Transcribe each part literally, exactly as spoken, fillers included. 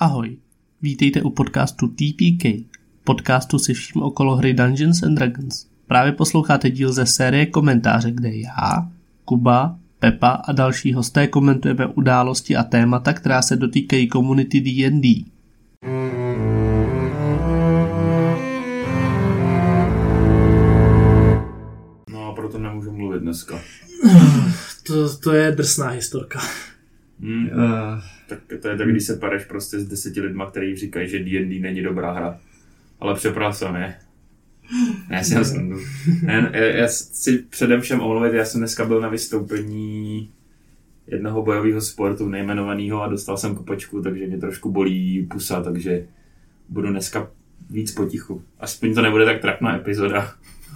Ahoj, vítejte u podcastu T P K, podcastu se vším okolo hry Dungeons and Dragons. Právě posloucháte díl ze série komentáře, kde já, Kuba, Pepa a další hosté komentujeme události a témata, která se dotýkají komunity D and D. No a proto nemůžu mluvit dneska. To, to je drsná historka. Hmm. Uh. Tak to je tak, když se pareš prostě s deseti lidma, kteří říkají, že D and D není dobrá hra. Ale přepracovat, ne. Ne, já si nesmím. Ne, já, já si předem všem omluvit, já jsem dneska byl na vystoupení jednoho bojového sportu nejmenovaného a dostal jsem kopačku, takže mě trošku bolí pusa, takže budu dneska víc potichu. Aspoň to nebude tak trapná epizoda.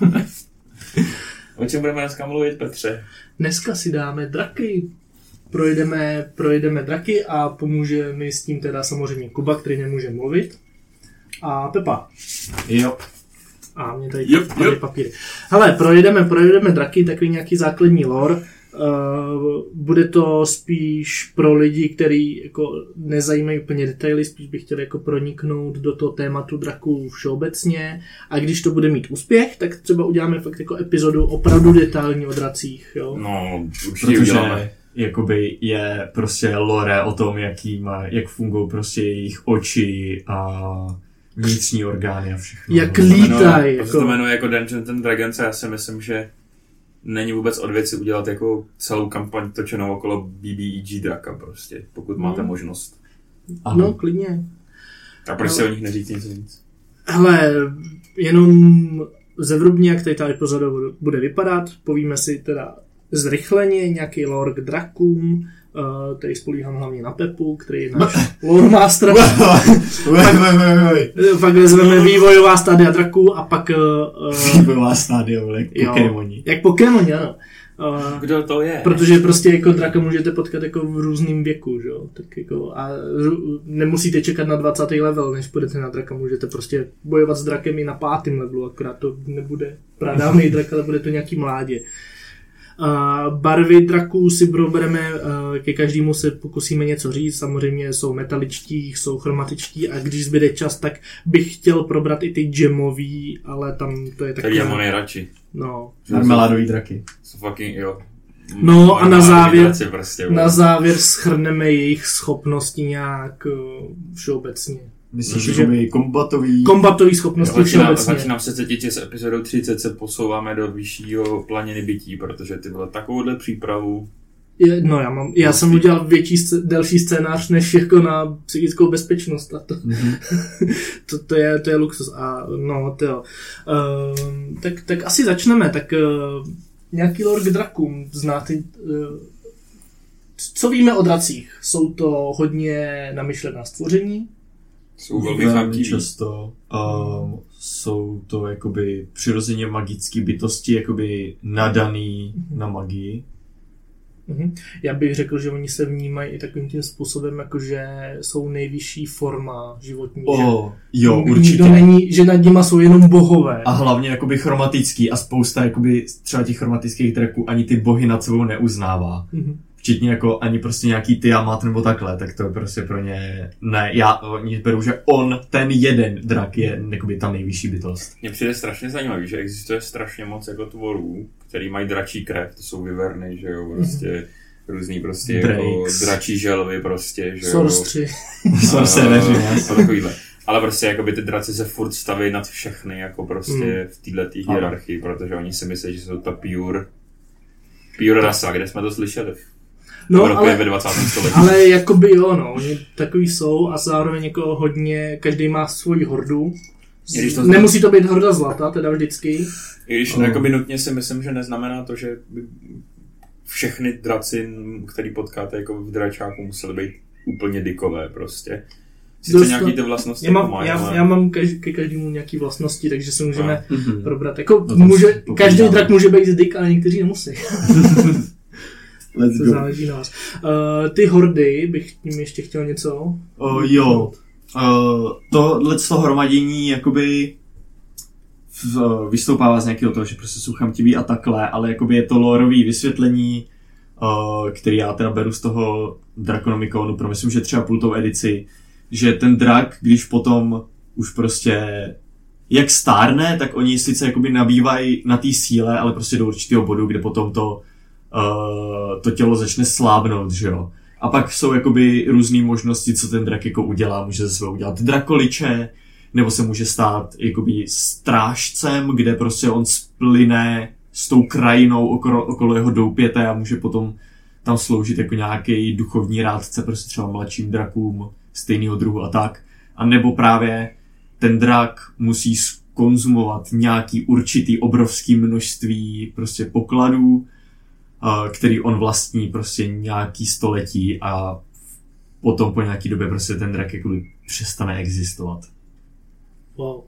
O čem budeme dneska mluvit, Petře? Dneska si dáme draky. Projdeme, projdeme draky a pomůže mi s tím teda samozřejmě Kuba, který nemůže mluvit. A Pepa. Jo. A mě tady, yep, tady yep. papíry. Hele, projdeme, projdeme draky, takový nějaký základní lore. Uh, bude to spíš pro lidi, kteří jako nezajímají úplně detaily, spíš bych chtěl jako proniknout do toho tématu draků všeobecně. A když to bude mít úspěch, tak třeba uděláme fakt jako epizodu opravdu detailní o dracích. Jo? No, určitě uděláme. Jakoby je prostě lore o tom, jaký má, jak fungují prostě jejich oči a vnitřní orgány a všechno. Jak lítají. Jako... To jmenuje jako Dungeons and Dragons a já si myslím, že není vůbec od věci udělat jako celou kampaň točenou okolo B B E G draka prostě, pokud máte hmm. možnost. Aha. No, klidně. A proč si o nich neříct nic víc? Hele, jenom zevrubně, jak tady ta epizoda bude vypadat, povíme si teda zrychleně nějaký lore k drakům, uh, tady spolíhám hlavně na Pepu, který je náš lore master. Pak vezmeme vývojová stádia draků a pak... Uh, vývojová stádia, jak Pokémoni. Jak Pokémoni, ano. Uh, Kdo to je? Protože prostě jako draka můžete potkat jako v různým věku, že jo? Tak jako a nemusíte čekat na dvacátý level, než půjdete na draka, můžete prostě bojovat s drakem i na pátém levelu, akorát to nebude pradávnej drak, ale bude to nějaký mládě. Uh, barvy draků si probereme, uh, ke každému se pokusíme něco říct, samozřejmě jsou metaličtí, jsou chromatičtí a když zbyde čas, tak bych chtěl probrat i ty gemový, ale tam to je takové... Tak já mám nejradši. No. Marmeládový draky. So fucking, jo. No a na závěr, prostě, na závěr shrneme jejich schopnosti nějak uh, všeobecně. Myslíš, že by kombatový... Kombatový schopnosti všeobecně. Začínám se cítit, že s epizodou třicet se posouváme do vyššího planiny bytí, protože ty byla takovouhle přípravu. Je, no já mám, já jsem udělal větší, delší scénář, než jako na psychickou bezpečnost a to, mm-hmm. to, to, je, to je luxus a no to jo. Uh, tak, tak asi začneme, tak uh, nějaký lore k drakům znáte, uh, co víme o dracích? Jsou to hodně namyšlená stvoření? Jsou velmi velmi často. Um, jsou to jakoby přirozeně magické bytosti, jakoby nadaný mm-hmm. na magii. Mm-hmm. Já bych řekl, že oni se vnímají i takovým tím způsobem, jakože jsou nejvyšší forma životní. Oh, že jo, určitě. Není, že nad nima jsou jenom bohové. A hlavně jakoby chromatický a spousta jakoby třeba těch chromatických draků ani ty bohy nad sebou neuznává. Mm-hmm. Včetně jako ani prostě nějaký Tiamat nebo takhle, tak to je prostě pro ně, ne, já oni beru, že on, ten jeden drak je jakoby ta nejvyšší bytost. Mně přijde strašně zajímavý, že existuje strašně moc jako tvorů, který mají dračí krev, to jsou vyverny, že jo, prostě mm-hmm. různý prostě Drakes. Jako dračí želvy prostě, že jo. Sorstři. Sorcereři, a takovýhle. Ale prostě jakoby ty draci se furt staví nad všechny, jako prostě mm. v této hierarchii, protože oni si myslí, že jsou ta pure, pure rasa, kde jsme to slyšeli. No, ale, ve dvacátém století. Ale jakoby jo, no, oni takový jsou a zároveň jako hodně, každý má svoji hordu. To Nemusí to být horda zlata, teda vždycky. I když oh. jakoby nutně si myslím, že neznamená to, že by všechny draci, který potkáte jako v dračáku, musely být úplně dykové prostě. Sice Dost nějaký ty vlastnosti já mám, jako mají, já, ale... já mám každý, ke každému nějaký vlastnosti, takže se můžeme no. probrat. Jako no, může, každý drak může být dyk, ale někteří nemusí. Let's to go. záleží na vás. Uh, ty hordy, bych tím ještě chtěl něco? Uh, jo. Uh, tohle z toho hromadění jakoby v, uh, vystoupává z nějakého toho, že prostě jsou chamtiví a takhle, ale jakoby je to lorový vysvětlení, uh, který já teda beru z toho Draconomiconu, pro myslím, že třeba půl tou edici že ten drak, když potom už prostě jak stárne, tak oni sice jakoby nabývají na té síle, ale prostě do určitého bodu, kde potom to, uh, to tělo začne slábnout, že jo. A pak jsou jakoby různé možnosti, co ten drak jako udělá. Může se svého udělat drakoliče, nebo se může stát jakoby strážcem, kde prostě on splyne s tou krajinou okolo, okolo jeho doupěte a může potom tam sloužit jako nějaký duchovní rádce, prostě třeba mladším drakům stejného druhu a tak. A nebo právě ten drak musí konzumovat nějaký určitý obrovský množství prostě pokladů, který on vlastní prostě nějaký století a potom po nějaký době prostě ten drak jakoby přestane existovat. Wow.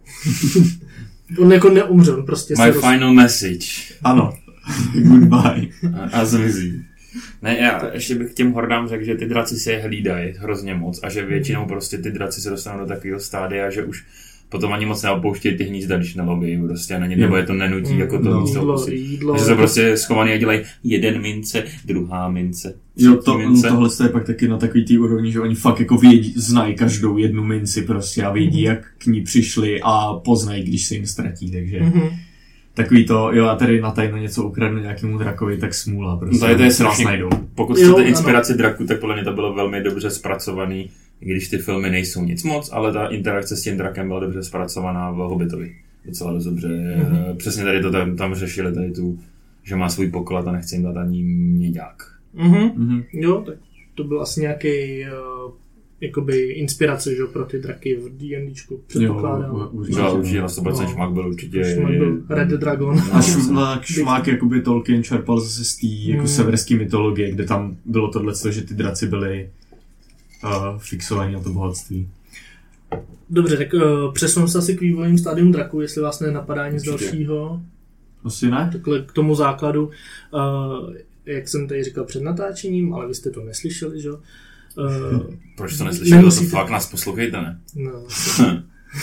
On jako neumře, on prostě My se final roz... message. Ano. Goodbye. A, a zmizí. Ne, já ještě bych těm hordám řekl, že ty draci si je hlídají hrozně moc a že většinou prostě ty draci se dostanou do takového stádia, že už potom ani moc neopouštějí ty hnízda, když neloví prostě na ně, nebo je to nenutí mm, jako to no, místo jídlo, opustit. jídlo, Takže se prostě schovaný a dělají jeden mince, druhá mince, jo, to, mince. Tohle je pak taky na takový tý úrovni, že oni fakt jako vědí, znají každou jednu minci prostě a vědí, mm-hmm. jak k ní přišli a poznají, když se jim ztratí, takže mm-hmm. takový to, jo, a tady na tajno něco ukradnu nějakému drakovi, tak smůla, prostě. No to je strašně, pokud jo, chcete inspiraci ano. draku, tak podle mě to bylo velmi dobře zpracovaný, i když ty filmy nejsou nic moc, ale ta interakce s tím drakem byla dobře zpracovaná v Hobbitovi. Docela dost dobře. Mm-hmm. Přesně tady to tam, tam řešili, tady tu, že má svůj poklad a nechce jim dát ani měďák. Mm-hmm. Mm-hmm. Jo, tak to byl asi nějaký uh, jakoby inspirace, že, pro ty draky v D&Dčku, předpokládám. Jo, určitě. Jo, určitě na sto procent no. Šmak byl určitě... Šmak byl Red Dragon. A šmak, šmak jakoby Tolkien čerpal zase z té jako mm. severské mytologie, kde tam bylo tohleto, že ty draci byly uh, fixovaní na to bohatství. Dobře, tak uh, přesunu se asi k vývojím stádium draku, jestli vás nenapadá nic určitě. Dalšího. Asi ne. Takhle k tomu základu. Uh, jak jsem tady říkal před natáčením, ale vy jste to neslyšeli, že? Uh, Proč to neslyšeli? To fakt nás poslouchejte, ne? No, uh,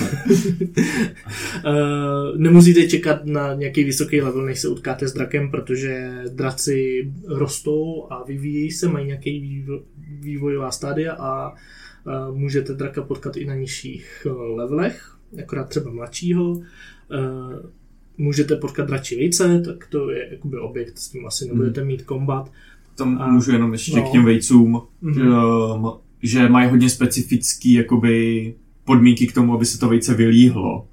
nemusíte čekat na nějaký vysoký level, než se utkáte s drakem, protože draci rostou a vyvíjejí se, mají nějaký vývoj, vývojová stádia a uh, můžete draka potkat i na nižších uh, levelech, akorát třeba mladšího. Uh, můžete potkat dračí vejce, tak to je jakoby objekt, s tím asi nebudete mít kombat. Tam a, můžu jenom ještě no. k těm vejcům, mm-hmm. že, že mají hodně specifický jakoby podmínky k tomu, aby se to vejce vylíhlo.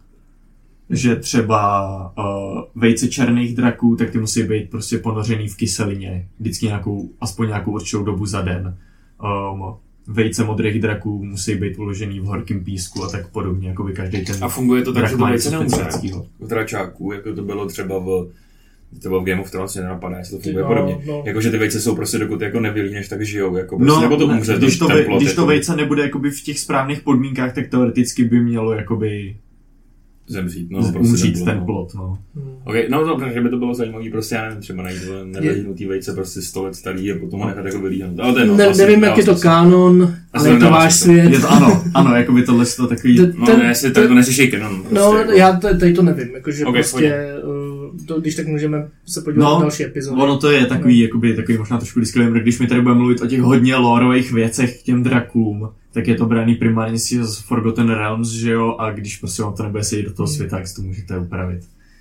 Že třeba uh, vejce černých draků, tak ty musí být prostě ponořený v kyselině. Vždycky nějakou, aspoň nějakou určitou dobu za den. Um, vejce modrých draků musí být uložený v horkém písku a tak podobně, jako by každý ten. A funguje to tak, že to vejce neumře v dračáku, jako to bylo třeba v třeba v Game of Thrones, mě nenapadá, jestli to funguje no, podobně. No. Jakože ty vejce jsou prostě, dokud jako nevylíneš, tak žijou. Jako prostě, no, nebo to umře, když to, ten plot, když to jako vejce nebude jakoby v těch správných podmínkách, tak teoreticky by mělo jakoby zemřít, no, prostě umřít ten, ten plot, no. Hmm. Okay, no to, protože by to bylo zajímavé, prostě já nevím, třeba najít nevylínutý vejce prostě sto let starý a potom ho nechat jako vylíhnout. Ale to je no, ne, vlastně, nevím, jak je to kanon, ale je to váš svět. Je to, ano, ano, jako by tohle to takový... Ten, no ne, jestli tak to neřeší kanon. Prostě, no, jako. já tady to nevím, jakože okay, prostě, uh, to, když tak můžeme se podívat no, na další epizody. Ono to je takový, no. jakoby, takový možná trošku disclaimer, když mi tady budeme mluvit o těch hodně loreových věcech k těm drakům, tak je to braný primárně si z Forgotten Realms, že jo, a když prostě vám to nebude sedět do toho světa, tak si to můžete upravit.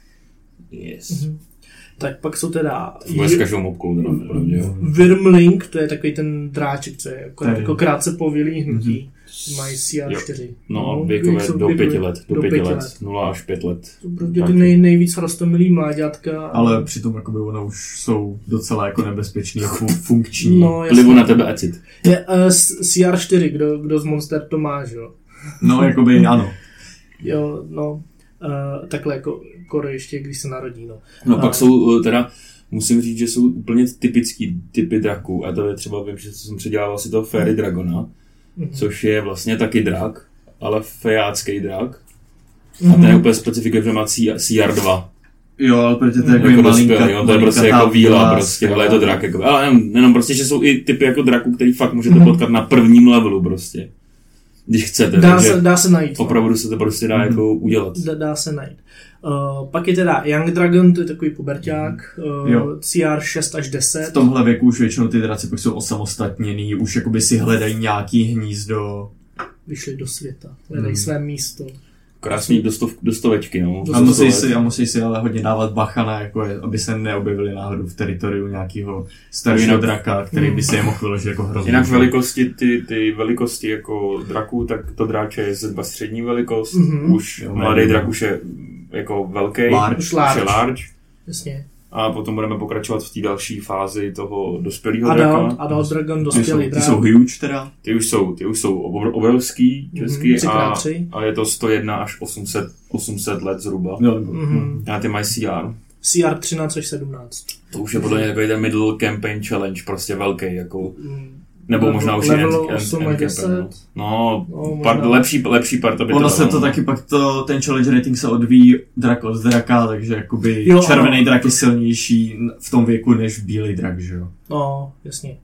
Yes. Mm-hmm. Tak pak jsou teda... Bude s každou mobkou teda, pravdě, jo. Wyrmling, to je takový ten dráček, co je jako, jako krátce po vylíhnutí. Mm-hmm. Mají C R čtyři. No, věkové do pěti let, do pěti let, nula až pět let. To prostě ty nej, nejvíc rostomilý mláďátka. Ale přitom jakoby ona už jsou docela jako nebezpečný a funkční. No, plivu na tebe acid. Je uh, C R čtyři, kdo, kdo z Monster to má, že jo? No, jakoby ano. Jo, no, uh, takhle jako kore ještě, když se narodí, no. No, pak uh, jsou teda, musím říct, že jsou úplně typický typy draků, a to je třeba, vím, že jsem předělával si toho Fairy Dragona, mm-hmm. což je vlastně taky drak, ale fejácký drak. Mm-hmm. A ten je úplně specifický, že má C R dva. Jo, ale protože to je jako, jako malinka, dospělý, on to je prostě jako víla, prostě, ale je to drak, jako, ale jenom, jenom prostě, že jsou i typy jako draků, který fakt můžete mm-hmm. potkat na prvním levelu, prostě. Když chcete, dá se, dá se najít. Opravdu se to prostě dá mm-hmm. jako udělat. Dá, dá se najít. Uh, pak je teda Young Dragon, to je takový puberťák, uh, C R šest až deset. V tomhle věku už většinou ty draci pak jsou osamostatněný, už jakoby si hledají nějaký hnízdo vyšli do světa, hledají Hmm. své místo. Krásný dostov, dostovečky, no. A musí, si, a musí si ale hodně dávat bacha na, jako je, aby se neobjevili náhodou v teritoriu nějakého staršího Jinak- draka, který by si je mohl vyložit jako hrozný. Jinak velikosti, ty, ty velikosti jako draků, tak to dráče je zhruba střední velikost, Mhm. už Jo, mladý médium. drak už je jako velký, Large. Už už je large. large. Jasně. A potom budeme pokračovat v té další fázi toho dospělého Adult, draka. Adult Dragon, Ty jsou, dospělý ty drak. jsou huge teda. Ty už jsou, ty už jsou obr- obrovský český tři a, krát tři. a je to sto jedna až osm set, osm set let zhruba. No, Mhm. A ty mají C R. C R třináct až sedmnáct. To už je podle mě takový ten middle campaign challenge, prostě velký, jako, Mm. nebo Level- možná už level end, end, osm end až campaign, deset. no. No, No, part, možná. lepší, lepší part to by ono to se dalo, to no. taky pak to, ten challenge rating se odvíjí drak od draka, takže jakoby Jo, červený ano. drak je silnější v tom věku než bílý drak, že jo? No, jasně.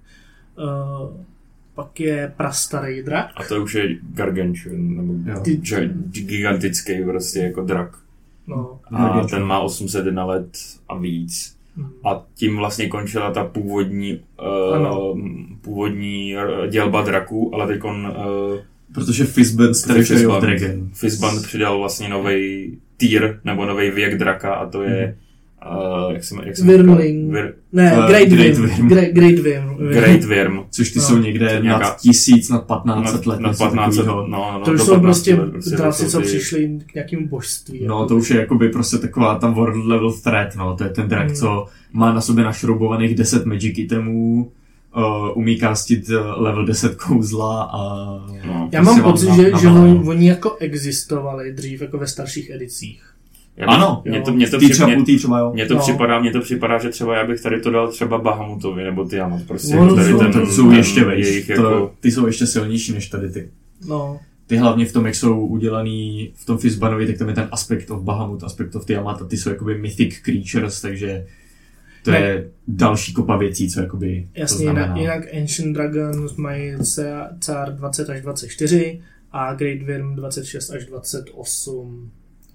Uh, pak je prastarý drak. A to už je gargantuan, nebo Jo. Ty- že, gigantický prostě jako drak. No. A Gargantuan. ten má osm set jedna let a víc. Mm. A tím vlastně končila ta původní, Ano. uh, původní eh, dělba draků, ale teď on uh, Protože Fizban z Territory of Fizban, Dragon. Fizban přidal vlastně nový tier, nebo nový věk draka a to je, uh, jak jsem, jak jsem Wyrmling. Vir, Ne, Uh, Great Great Worm. Worm. Great, Great Worm. Great Worm. Což ty No. jsou někde Nějaká- nad tisíc, nad patnáct Nad, set let. nad něco patnáct set, no, takovýho. no, To už do jsou patnáct prostě let, prostě dráci, to co jsou ty- přišli k nějakému božství. No jako. to už je jakoby prostě taková tam world level threat, no. To je ten drak, Hmm. co má na sobě našroubovaných deset magic itemů, uh, umí castit uh, level deset kouzla a... No. Já prostě mám vám pocit, na- že, že navalí. oni, oni jako existovali dřív jako ve starších edicích. Já bych- Ano, mě jo. to, mě to, Ty při, třeba, mě, ty třeba, jo. Mně to, No. připadá, mně to připadá, že třeba já bych tady to dal třeba Bahamutovi nebo Tiamat. Prostě No, tady jsou- ten, To jsou ten ještě vejš, jejich to, jako, ty jsou ještě silnější než tady ty. No, Ty hlavně v tom, jak jsou udělaný v tom Fizbanovi, tak tam je ten aspekt of Bahamut, aspekt of Tiamat a ty jsou jakoby mythic creatures, takže to Ne. je další kopa věcí, co jakoby jasně, to jinak, znamená. jinak Ancient Dragons mají C R dvacet až dvacet čtyři a Great Worm dvacet šest až dvacet osm.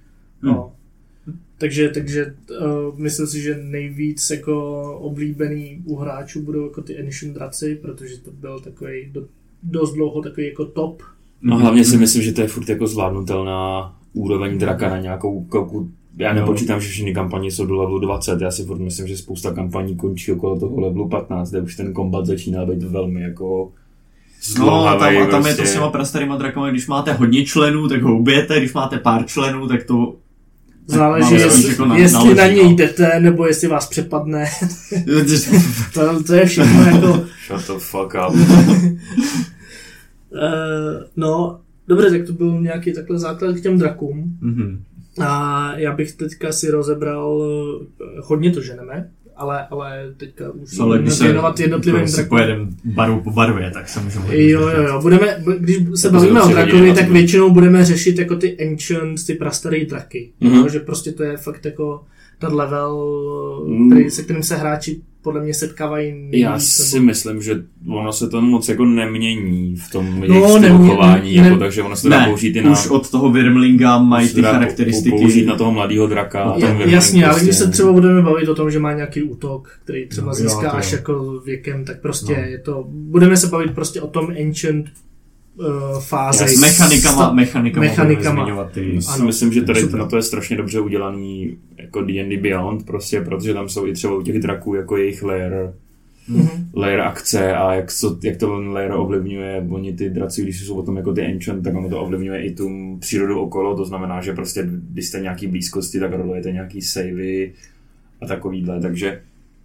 No. Takže, takže uh, myslím si, že nejvíc jako oblíbený u hráčů budou jako ty Ancient draci, protože to byl takový do, dost dlouho takový jako top. no hlavně si myslím, že to je furt jako zvládnutelná úroveň draka na nějakou koku. Já nepočítám, že všechny kampaně jsou do levelu dvacet, já si furt myslím, že spousta kampaní končí okolo toho levelu patnáct, kde už ten kombat začíná být velmi jako No, tam, zdlouhavej, a tam je to prostě. s těma prastarýma drakama, když máte hodně členů, tak ho ubijete, když máte pár členů, tak to... Záleží, máme jestli, jako na- jestli naloží, na něj no. jdete, nebo jestli vás přepadne. to, to je všechno jako... Shut the fuck up. Uh, no, dobře, tak to byl nějaký takhle základ k těm drakům. Mhm. A já bych teďka si rozebral, eh, hodně to ženeme, ale, ale teďka už Ale když se věnovat jednotlivým jako si drakům. pojedeme barvu po barvě, tak se můžeme... Jo, jo, jo. Budeme, b- když se Tak bavíme to o se drakovi, hodí tak na to. většinou budeme řešit jako ty ancient, ty prastarý draky. Mhm. Jo, že prostě to je fakt jako ten level, Mm. který, se kterým se hráči podle mě setkávají nejvíc, Já si nebo- myslím, že ono se to moc jako nemění v tom No, jejich stylu nemění- chování, ne- jako, takže ono se to dá Ne, použít i na... už od toho Wyrmlinga mají ty se dá charakteristiky. použít na toho mladého draka. No, ten Je, Wyrmling jasně, ale prostě- když se třeba budeme bavit o tom, že má nějaký útok, který třeba No, no, jo, získá to až jo. jako věkem, tak prostě No. je to... Budeme se bavit prostě o tom ancient uh, fáze. Jasně. S mechanikama, Sta- mechanikama, mechanikama. budeme zmiňovat ty... Já si Ano, myslím, že tady super. na to je strašně dobře udělaný jako D and D Beyond, prostě, protože tam jsou i třeba u těch draků jako jejich lair, Mhm. lair akce a jak, co, jak to ten lair ovlivňuje. Oni ty draci, když jsou potom jako ty ancient, tak ono to ovlivňuje i tu přírodu okolo, to znamená, že prostě když jste nějaký blízkosti, tak rolujete nějaký savey a takovýhle, takže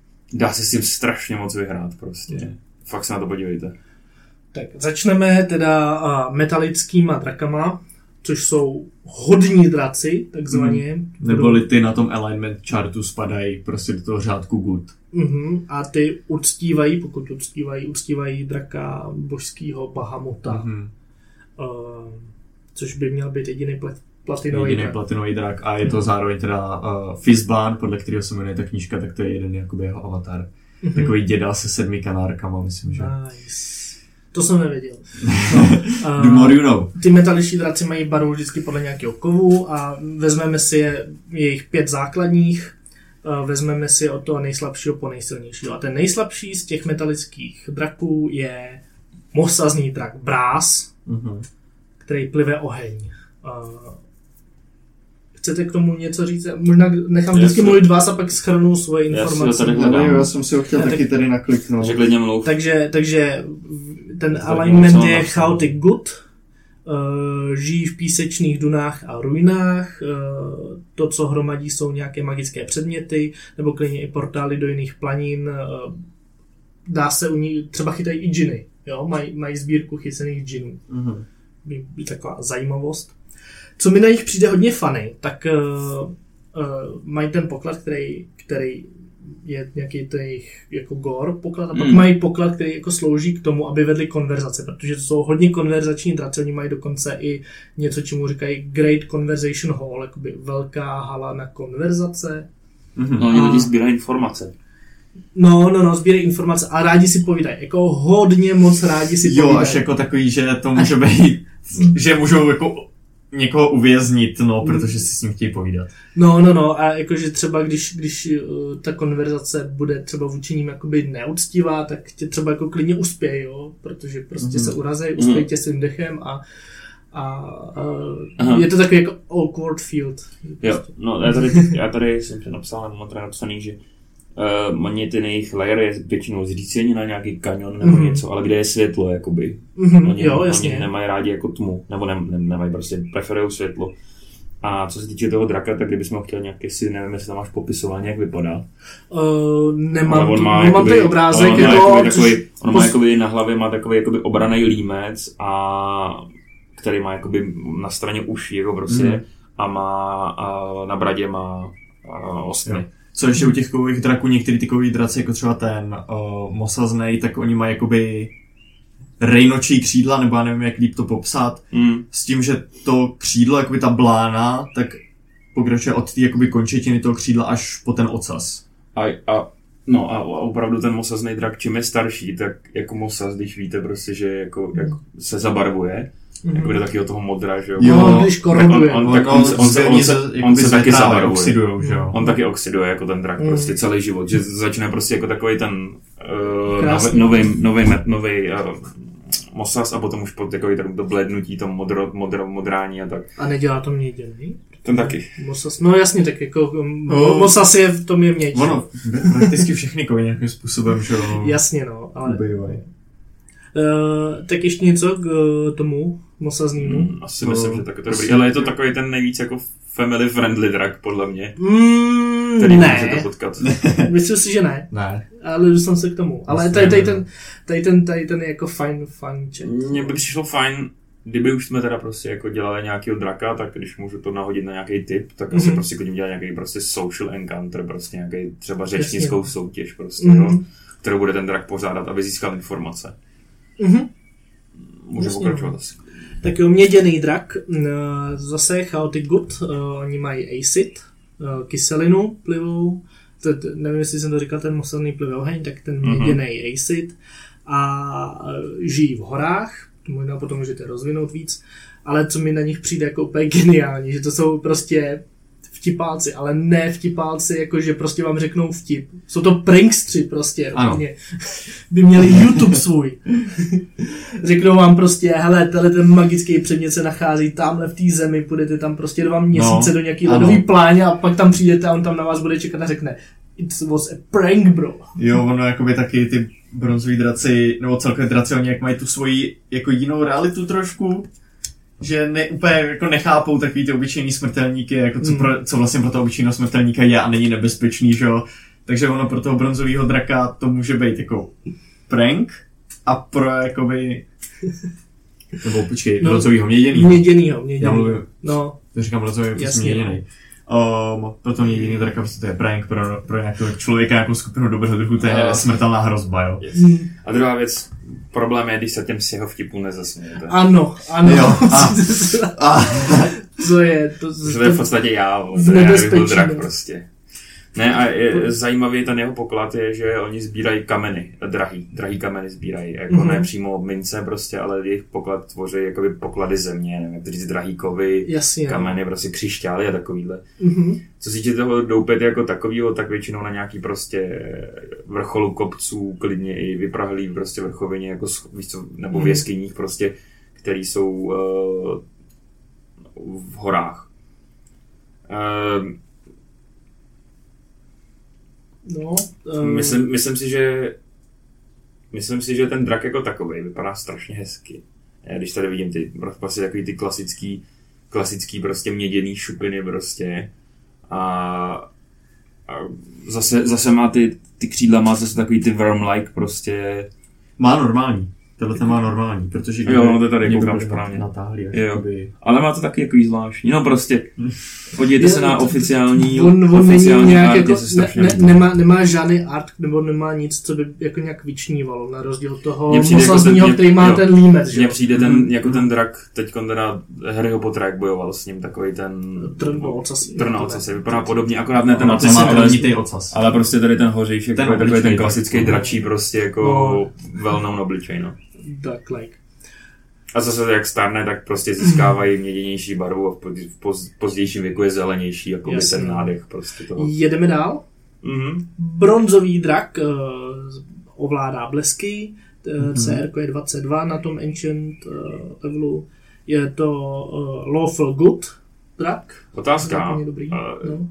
dá se s tím strašně moc vyhrát prostě. Fakt se na to podívejte. Tak začneme teda uh, metalickýma drakama, což jsou hodní draci, takzvaně. Mhm. Neboli ty na tom alignment chartu spadají prostě do toho řádku good. Mhm. A ty uctívají, pokud uctívají, uctívají draka božského Bahamuta. Mhm. Uh, což by měl být jediný plat, platinový Jediný drak. platinový drak a je to zároveň teda uh, Fizban, podle kterého se jmenuje ta knížka, tak to je jeden jakoby jeho avatar. Mhm. Takový děda se sedmi kanárkama, myslím, že. Nice. To jsem nevěděl. No, The more you know. ty metaličtí draci mají barvu vždycky podle nějakého kovu a vezmeme si je, jejich pět základních, a vezmeme si je od toho nejslabšího po nejsilnějšího. A ten nejslabší z těch metalických draků je mosazný drak Brás, Mhm. který plive oheň. Uh, chcete k tomu něco říct? Možná nechám vždycky mluvit vás a pak shrnu svoje informace. Já, já jsem si ho chtěl já taky tak, tady nakliknout. Takže, takže ten alignment je chaotic good, uh, žijí v písečných dunách a ruinách, uh, to, co hromadí, jsou nějaké magické předměty, nebo klidně i portály do jiných planin. Uh, dá se u ní, třeba chytají i džiny, jo? Maj, mají sbírku chycených džinů. Uh-huh. By, by taková zajímavost. Co mi na nich přijde hodně funny, tak uh, uh, mají ten poklad, který, který je nějaký ten jejich jako gore poklad, a pak mm. mají poklad, který jako slouží k tomu, aby vedli konverzace, protože to jsou hodně konverzační draci, oni mají dokonce i něco, čemu říkají Great Conversation Hall, jakoby velká hala na konverzace. Mm-hmm. No, oni lidi sbírají informace. No, no, no, sbírají informace a rádi si povídají, jako hodně moc rádi si jo, povídají. Jo, až jako takový, že to může být, že můžou jako někoho uvěznit, no, protože si s ním chtějí povídat. No, no, no, a jakože třeba, když, když uh, ta konverzace bude třeba vůči ním jakoby neúctivá, tak tě třeba jako klidně uspějí, jo, protože prostě mm-hmm. se urazí, uspějí tě svým dechem a, a, a je to takový jako awkward field. Jo, no, já tady, já tady jsem si napsal, mám tady napsaný, že Uh, oni ten jejich layer je většinou zřícení na nějaký kanion nebo mm. něco, ale kde je světlo, jakoby. Mm-hmm, oni, jo, jasně. Oni nemají rádi jako tmu, nebo ne, ne, nemají prostě, preferují světlo. A co se týče toho draka, tak kdybychom chtěli nějaký si, nevím, jestli tam máš popisování, jak vypadá. Uh, nemám on má nemám jakoby, tady obrázek. On, jako, jakoby, takový, on má jakoby na hlavě má takový jakoby obraný límec, a který má jakoby na straně uší, jako prostě, mm. a má a na bradě má a, ostny. Jo. Co ještě u těch kovových draků, některý ty kovový draci, jako třeba ten uh, Mosaznej, tak oni mají jakoby rejnočí křídla, nebo já nevím, jak líp to popsat, mm. s tím, že to křídlo, jakoby ta blána, tak pokračuje od té jakoby končetiny toho křídla až po ten ocas. A, a, no a opravdu ten Mosaznej drak, čím je starší, tak jako Mosaz, když víte prostě, že jako, jak se zabarvuje, Mm-hmm. jako bude taky od toho modra, že jo? Jo, když korunuje. On, on, on, on, on, se, on, se, on se taky zabarvuje. Oxidujou, že jo? On taky oxiduje jako ten drak, mm. prostě celý život. Že začne prostě jako takový ten uh, nový, nový, nový uh, Mosaz a potom už pod takový to blednutí, to modro, modro, modrání a tak. A nedělá to měděný? Ten taky. Mosaz, no jasně, tak jako um, oh. Mosaz je v tom je měděný. Ono, prakticky všechny kovy nějakým způsobem, že jo? Jasně, no, ale... Ubejvají. Uh, tak ještě něco k uh, tomu Mosaznímu? Hmm, asi to, myslím, že tak je to dobrý. Ale je to takový ten nejvíc jako family friendly drak, podle mě. Mm, který ne. můžete potkat. Myslím si, že ne. Ne. Ale jdu jsem se k tomu. Ale tady, tady, ten, tady, ten, tady ten je jako fajn, fajn chat. Mně by přišlo fajn, kdyby už jsme teda prostě jako dělali nějakého draka, tak když můžu to nahodit na nějaký tip, tak mm-hmm. asi prostě klidně dělat nějaký prostě social encounter, prostě nějaký třeba řečnickou Jasně. soutěž prostě, mm-hmm. jo, kterou bude ten drak pořádat, aby získal informace. Mm-hmm. Můžu Jasně. pokračovat asi. Tak jo, měděný drak, zase chaotic good, oni mají acid, kyselinu plivou, nevím, jestli jsem to říkal, ten mosazný plive oheň, tak ten měděný mm-hmm. acid a žijí v horách, to možná potom můžete rozvinout víc, ale co mi na nich přijde jako úplně geniální, že to jsou prostě vtipálci, ale ne vtipálci, jakože prostě vám řeknou vtip. Jsou to prankstři prostě. Úplně. By měli YouTube svůj. Řeknou vám prostě, hele, tenhle ten magický předmět se nachází tamhle v té zemi, půjdete tam prostě dva měsíce no, do nějaký ano. ledový pláně a pak tam přijdete a on tam na vás bude čekat a řekne it was a prank, bro. Jo, ono jakoby taky ty bronzoví draci, nebo celkově draci, oni jak mají tu svoji jako jinou realitu trošku, že ne, úplně jako nechápou takový ty obyčejný smrtelníky, jako co, mm. pro, co vlastně pro toho obyčejného smrtelníka je a není nebezpečný, že jo. Takže ono pro toho bronzového draka to může být jako prank a pro jakoby... Nebo počkej, no, bronzovýho měděnýho. Měděnýho, měděnýho. Já mluvím, no. to říkám bronzový, prostě měděný. Um, pro to měděný draka prostě to je prank, pro, pro nějakého člověka, nějakou skupinu dobrého druhu, to je a... smrtelná hrozba, jo. Yes. Mm. A druhá věc, problém je, když se těm z jeho vtipů nezasmějete. Ano, ano. Jo, a, a. To je... To, to, to je v podstatě já, to je já byl drak prostě. Ne, a je, zajímavý ten jeho poklad je, že oni sbírají kameny, drahý, drahý kameny sbírají, jako mm-hmm. ne přímo mince prostě, ale jejich poklad tvoří jakoby poklady země, nevím, jak to říct, drahý kovy, Jasně, kameny, prostě křišťály a takovýhle. Mm-hmm. Co se týče toho doupet jako takovýho, tak většinou na nějaký prostě vrcholu kopců, klidně i vyprahlý prostě vrchovině, jako víš co, nebo v jeskyních prostě, který jsou uh, v horách. Uh, no, uh... myslím, myslím si, že myslím si, že ten drak jako takový vypadá strašně hezky. Když tady vidím ty prostě takový ty klasický, klasický prostě měděný šupiny prostě. A, a zase, zase má ty, ty křídla, má zase takový ty worm-like prostě. Má normální. Tohle to má normální, protože jo, no to tady koukám správně. Natáhli, jakoby... Ale má to taky jako zvláštní. No prostě, podívejte je, se na oficiální, on, on oficiální nějak art, jako, ne, ne, nemá, nemá žádný art, nebo nemá nic, co by jako nějak vyčnívalo, na rozdíl od toho moslazního, jako který má jo, ten límec. Mně přijde ten, mm. jako ten drak, teď teda Harryho Pottera, jak bojoval s ním, takový ten... Trno ocas. Trno ocas, vypadá podobně, akorát ne ten no, ocas, ale, ocas. ale prostě tady ten hořejšek, ten takový, takový ten klasický dračí, prostě jako no. well-known obličej, no. Tak, like. A zase jak stárne, tak prostě získávají měděnější barvu a v poz, pozdějším věku je zelenější, jako by ten nádech prostě toho. Jedeme dál. Mm-hmm. Bronzový drak uh, ovládá blesky, mm-hmm. C R je dvacet dva na tom Ancient uh, levelu. Je to uh, Lawful Good drak. Otázka. Dobrý, uh, no.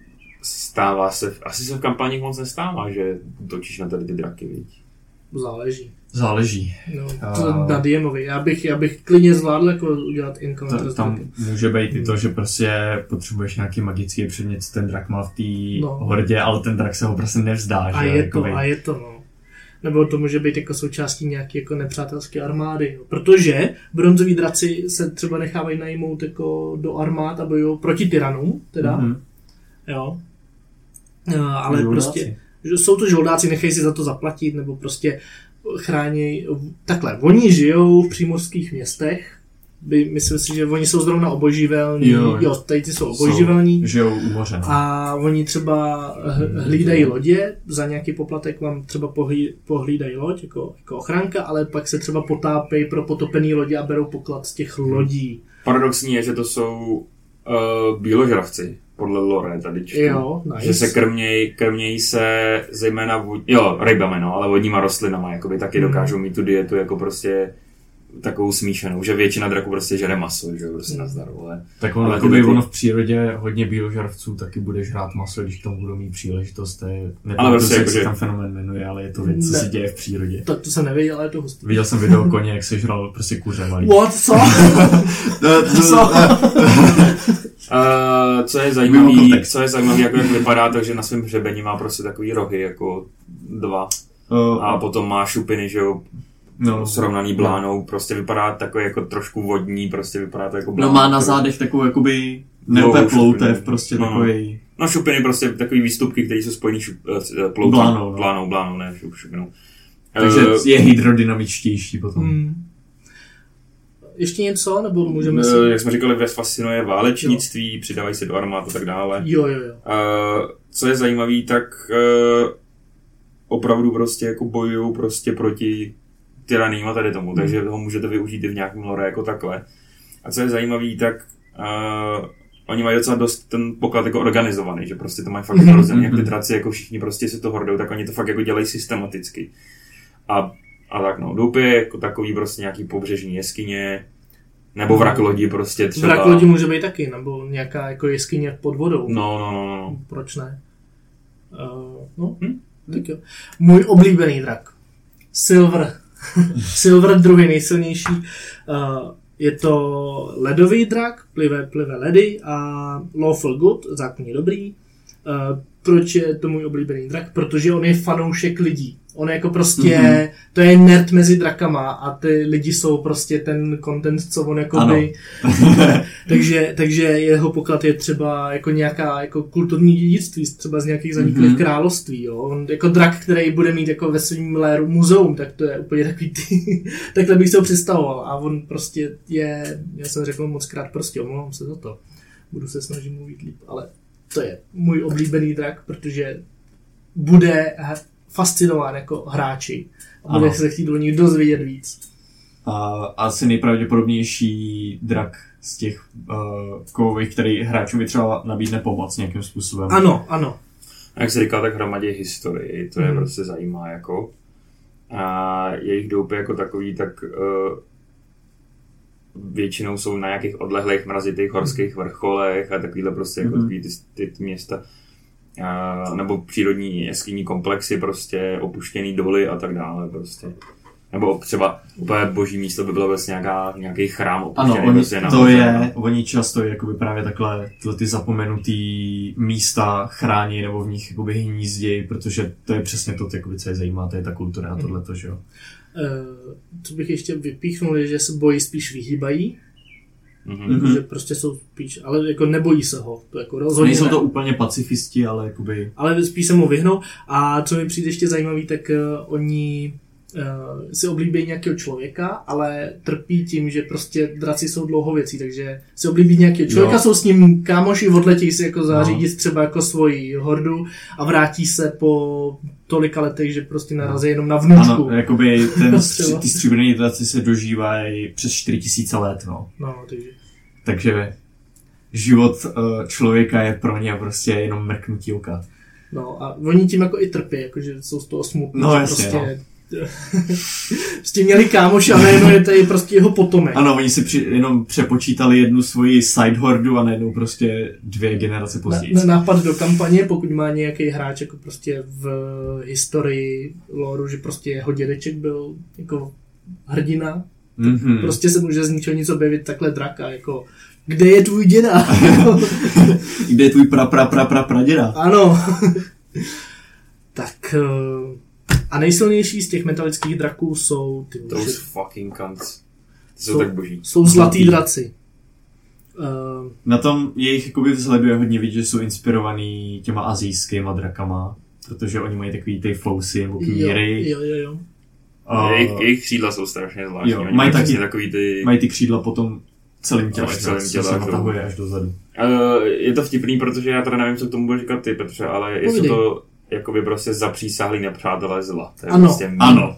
Stává se, asi se v kampaních moc nestává, že točíš na tady ty draky, viď? Záleží. Záleží. No, to uh, na D M ovi. Já bych, já bych klidně zvládl jako udělat encounter. Tam může být i to, že prostě potřebuješ nějaký magický předmět, co ten drak má v té no. hordě, ale ten drak se ho prostě nevzdá. A že? je jako to, vej... a je to, no. Nebo to může být jako součástí nějaké jako nepřátelské armády. Jo. Protože bronzoví draci se třeba nechávají najmout jako do armád a bojují proti tyranům, teda. Mm-hmm. Jo. Uh, ale žoldáci. Prostě jsou to žoldáci, nechají si za to zaplatit, nebo prostě chrání, takhle, oni žijou v přímořských městech, by, myslím si, že oni jsou zrovna obojživelní, jo, jo tady ty jsou obojživelní, žijou u moře. A oni třeba hlídají lodě, za nějaký poplatek vám třeba pohlí, pohlídají loď jako, jako ochránka, ale pak se třeba potápejí pro potopený lodě a berou poklad z těch lodí. Paradoxní je, že to jsou uh, bíložravci. Podle lore tady čtu. Jo, nice. Že se krmějí, krmějí se zejména vod... jo, rybami, no, ale vodníma rostlinama, jakoby taky dokážou mít tu dietu jako prostě takovou smíšenou, že většina draků prostě žere maso, že jo, prostě mm. nazdar, ale... Tak ono, ale ty... ono v přírodě hodně bíložravců taky bude žrát maso, když k tomu budou mít příležitost, to je... Ale prostě jak jako, se že... tam fenomén jmenuje, ale je to věc, co se děje v přírodě. Tak to jsem nevěděl, ale je to hustý. Viděl jsem video koně, jak se žral prostě kuře malý. What? Co? Co? Uh, co je zajímavý, co je zajímavý, jako jak vypadá, takže na svém hřebení má prostě takový rohy, jako dva. Uh, a potom má šupiny, že jo, no, srovnaný blánou, no. Prostě vypadá takový jako trošku vodní, prostě vypadá to jako blán. No má na zádech takovou jakoby neupé ploutev, prostě no, takový. No šupiny, prostě takový výstupky, které jsou spojený šup, ploutem, blánou, no. blánou, blánou, ne šup, šupinou. Takže uh, je hydrodynamičtější potom. Hmm. Ještě něco, nebo můžeme si... Jak jsme říkali, vás fascinuje válečnictví, jo. Přidávají se do armád a tak dále. Jo, jo, jo. Uh, co je zajímavý, tak uh, opravdu prostě jako bojují prostě proti tyranním a tady tomu, mm. takže ho můžete využít i v nějakém lore jako takhle. A co je zajímavý, tak uh, oni mají docela dost ten poklad jako organizovaný, že prostě to mají fakt mm-hmm. rozdělený, jak ty draci jako všichni prostě si to hordou, tak oni to fakt jako dělají systematicky. A A tak no, doupy jako takový prostě nějaký pobřežní jeskyně, nebo vrak lodi prostě třeba. Vrak lodi může být taky, nebo nějaká jako jeskyně pod vodou. No, no, no, no. Proč ne? Uh, no, hm? tak jo. Můj oblíbený drak. Silver. Silver druhý nejsilnější. Uh, je to ledový drak, plive, plive ledy a Lawful Good, zákonně dobrý. Uh, proč je to můj oblíbený drak? Protože on je fanoušek lidí. On je jako prostě, mm-hmm. to je nerd mezi drakama a ty lidi jsou prostě ten content, co on jako by. takže, takže jeho poklad je třeba jako nějaká jako kulturní dědictví, třeba z nějakých zaniklých mm-hmm. království. Jo? On jako drak, který bude mít jako ve svým léru muzeum, tak to je úplně takový ty, takhle bych se ho představoval. A on prostě je, já jsem řekl moc krát prostě, omlouvám se za to. Budu se snažit mluvit líp, ale to je můj oblíbený drak, protože bude fascinován jako hráči. A bude se chtít o nich dozvědět víc. A asi nejpravděpodobnější drak z těch uh, kovových, který hráčům třeba nabídne pomoc nějakým způsobem. Ano, ano. A jak se říká, tak hromadě historii, to je hmm. prostě zajímá jako. A jejich doupy jako takový, tak uh, většinou jsou na nějakých odlehlých mrazitých horských vrcholech a takovýhle prostě jako takový ty, ty, ty města. A, nebo přírodní jeskyní komplexy, prostě opuštěný doly a tak dále prostě. Nebo třeba úplně boží místo by bylo vlastně nějaká, nějaký chrám opuštěný. Ano, oni, prostě to je, oni často jakoby právě takhle tyhle ty zapomenutý místa chrání nebo v nich jakoby hnízdějí, protože to je přesně to, jakoby, co je zajímá, to je ta kultura a tohleto, že jo. Uh, co bych ještě vypíchnul, je, že se boji spíš vyhýbají. Mm-hmm. Jako, že prostě jsou spíš, ale jako nebojí se ho. To jako rozhodně nejsou ne. to úplně pacifisti, ale jakoby... Ale spíš se mu vyhnou. A co mi přijde ještě zajímavý, tak uh, oni uh, si oblíbí nějakého člověka, ale trpí tím, že prostě draci jsou dlouhověcí, takže si oblíbí nějakého člověka, jo. Jsou s ním kámoši, odletí si jako zařídit no. třeba jako svoji hordu a vrátí se po tolika letech, že prostě narazí jenom na vnučku. Ano, jakoby ten, ty stříbrný draci se dožívají přes čtyři tisíce let, no. No, takže... Takže život uh, člověka je pro ně prostě jenom mrknutí oka. No a oni tím jako i trpí, jakože jsou z toho smutní. No jasně, prostě, no. S tím měli kámoš a najednou je tady prostě jeho potomek. Ano, oni si při, jenom přepočítali jednu svoji sidehordu a najednou prostě dvě generace později. Na, nápad do kampaně, pokud má nějaký hráč jako prostě v historii lore, že prostě jeho dědeček byl jako hrdina, mm-hmm. prostě se může z ničeho nic objevit takhle draka, jako kde je tvůj děda? Kde je tvůj pra pra pra pra pra děda? Ano. Tak a nejsilnější z těch metalických draků jsou ty Those fucking cunts. Ty jsou, jsou tak boží. Jsou zlatý draci. Uh, Na tom jejich jakoby vzhledu je hodně vidět, že jsou inspirovaný těma asijskýma drakama, protože oni mají takový ty fousy nebo kníry. Jo, jo, jo. Uh, jejich, jejich křídla jsou strašně zvláštní. Jo, oni mají taky, takový ty... mají ty křídla potom celým tělem, celým tělem se natahuje až dozadu. Uh, je to vtipný, protože já teda nevím, co k tomu budu říkat ty, Petře, ale jsou to jakoby prostě zapřísáhlí nepřátelé zla. To je ano, prostě ano.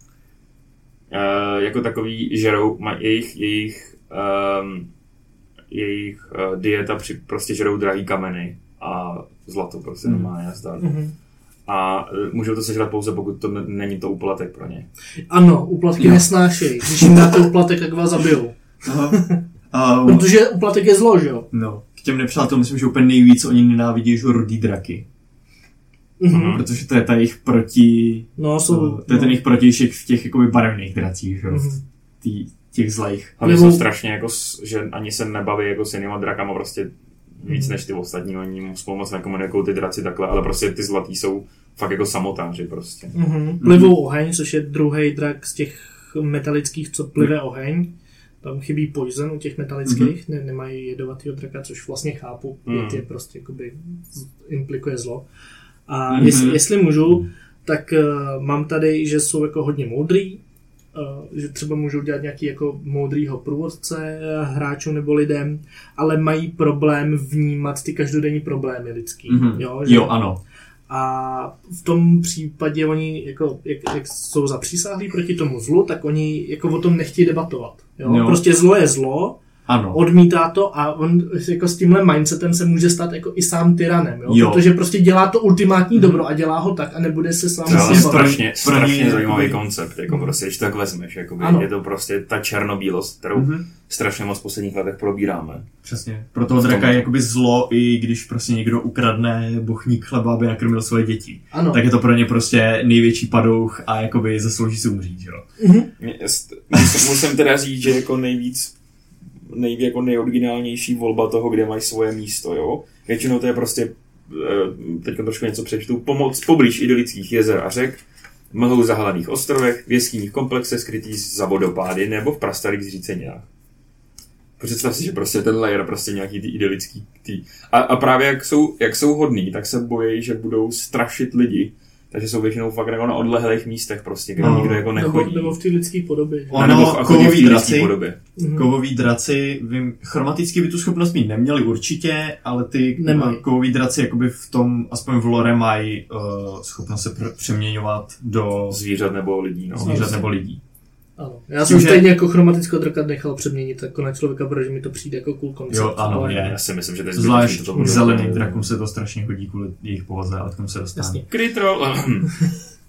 Uh, jako takový žerou, maj, jejich, jejich, um, jejich uh, dieta při, prostě žerou drahý kameny a zlato prostě mm. nemá jazdá. Mm-hmm. A můžou to sežrat pouze, pokud to není to úplatek pro ně. Ano, úplatky no. nesnášejí. Když jim dáte úplatek, tak vás zabijou. um, Protože úplatek je zlo, že jo? No, k těm nepřátelům myslím, že úplně nejvíc oni nenávidí rudý draky. Mm-hmm. Protože to je ta jejich proti... No, jsou... Uh, to je ten jejich protějšek v těch jakoby barevných dracích, že jo? Mm-hmm. Tý, těch zlejch. A my jsou strašně jako, že ani se nebaví jako s jinýma drakama prostě víc než ty ostatní, oni spolu moc nekomunikují ty draci takhle, ale prostě ty zlatý jsou fakt jako samotáři prostě. Mm-hmm. Plivou mm-hmm. oheň, což je druhý drak z těch metalických, co plive mm. oheň. Tam chybí poison u těch metalických, mm-hmm. ne, nemají jedovatýho draka, což vlastně chápu, mm. jed je prostě jakoby implikuje zlo. A mm-hmm. jestli, jestli můžu, tak uh, mám tady, že jsou jako hodně moudrý, uh, že třeba můžou dělat nějaký jako moudrýho průvodce hráčům nebo lidem, ale mají problém vnímat ty každodenní problémy lidský. Mm-hmm. Jo, že? Jo, ano. A v tom případě oni, jako, jak, jak jsou zapřísáhlí proti tomu zlu, tak oni jako o tom nechtějí debatovat. Jo? Jo. Prostě zlo je zlo, ano. Odmítá to a on jako s tímhle mindsetem se může stát jako i sám tyranem, jo? Jo. Protože prostě dělá to ultimátní dobro a dělá ho tak a nebude se s vámi no, sněvat. strašně, strašně zajímavý koncept, jako prostě, když to tak vezmeš, jakoby, je to prostě ta černobílost, kterou mm-hmm. strašně moc v posledních letech probíráme. Přesně, pro toho draka je jakoby zlo, i když prostě někdo ukradne bochník chleba, aby nakrmil svoje děti. Ano. Tak je to pro ně prostě největší padouch a jakoby zaslouží si umřít, jo. Mm-hmm. Musím, musím teda říct, že jako nejvíc nejví jako nejoriginálnější volba toho, kde mají svoje místo, jo. Většinou to je prostě, teď trošku něco přečtu, pomoc poblíž idylických jezer a řek, mlhou zahalených ostrovech, v jeskyních komplexech skrytých za vodopády nebo v prastarých zříceninách. Představ si, že prostě ten layer, prostě nějaký ty idylický tý. A, a právě jak jsou, jak jsou hodný, tak se bojí, že budou strašit lidi. Takže jsou většinou fakt jako na odlehlých místech prostě, kde no, nikdo jako nechodí. Nebo, nebo v té lidské podobě. Ono, nebo v, kovový draci, podobě. Mm-hmm. Kovový draci, vím, chromaticky by tu schopnost mít neměli určitě, ale ty Nemají. Kovový draci jakoby v tom, aspoň v lore mají uh, schopnost se pr- přeměňovat do zvířat nebo lidí. No. Zvířat nebo lidí. Ano. Já jsem že... stejně jako chromatického draka nechal přeměnit jako na člověka, protože mi to přijde jako cool koncept. Jo, ano, ale... je. Já si myslím, že to je zvlášť to zeleným drakům se to strašně hodí kvůli jejich povaze, ale k tomu se dostane. Krytrol.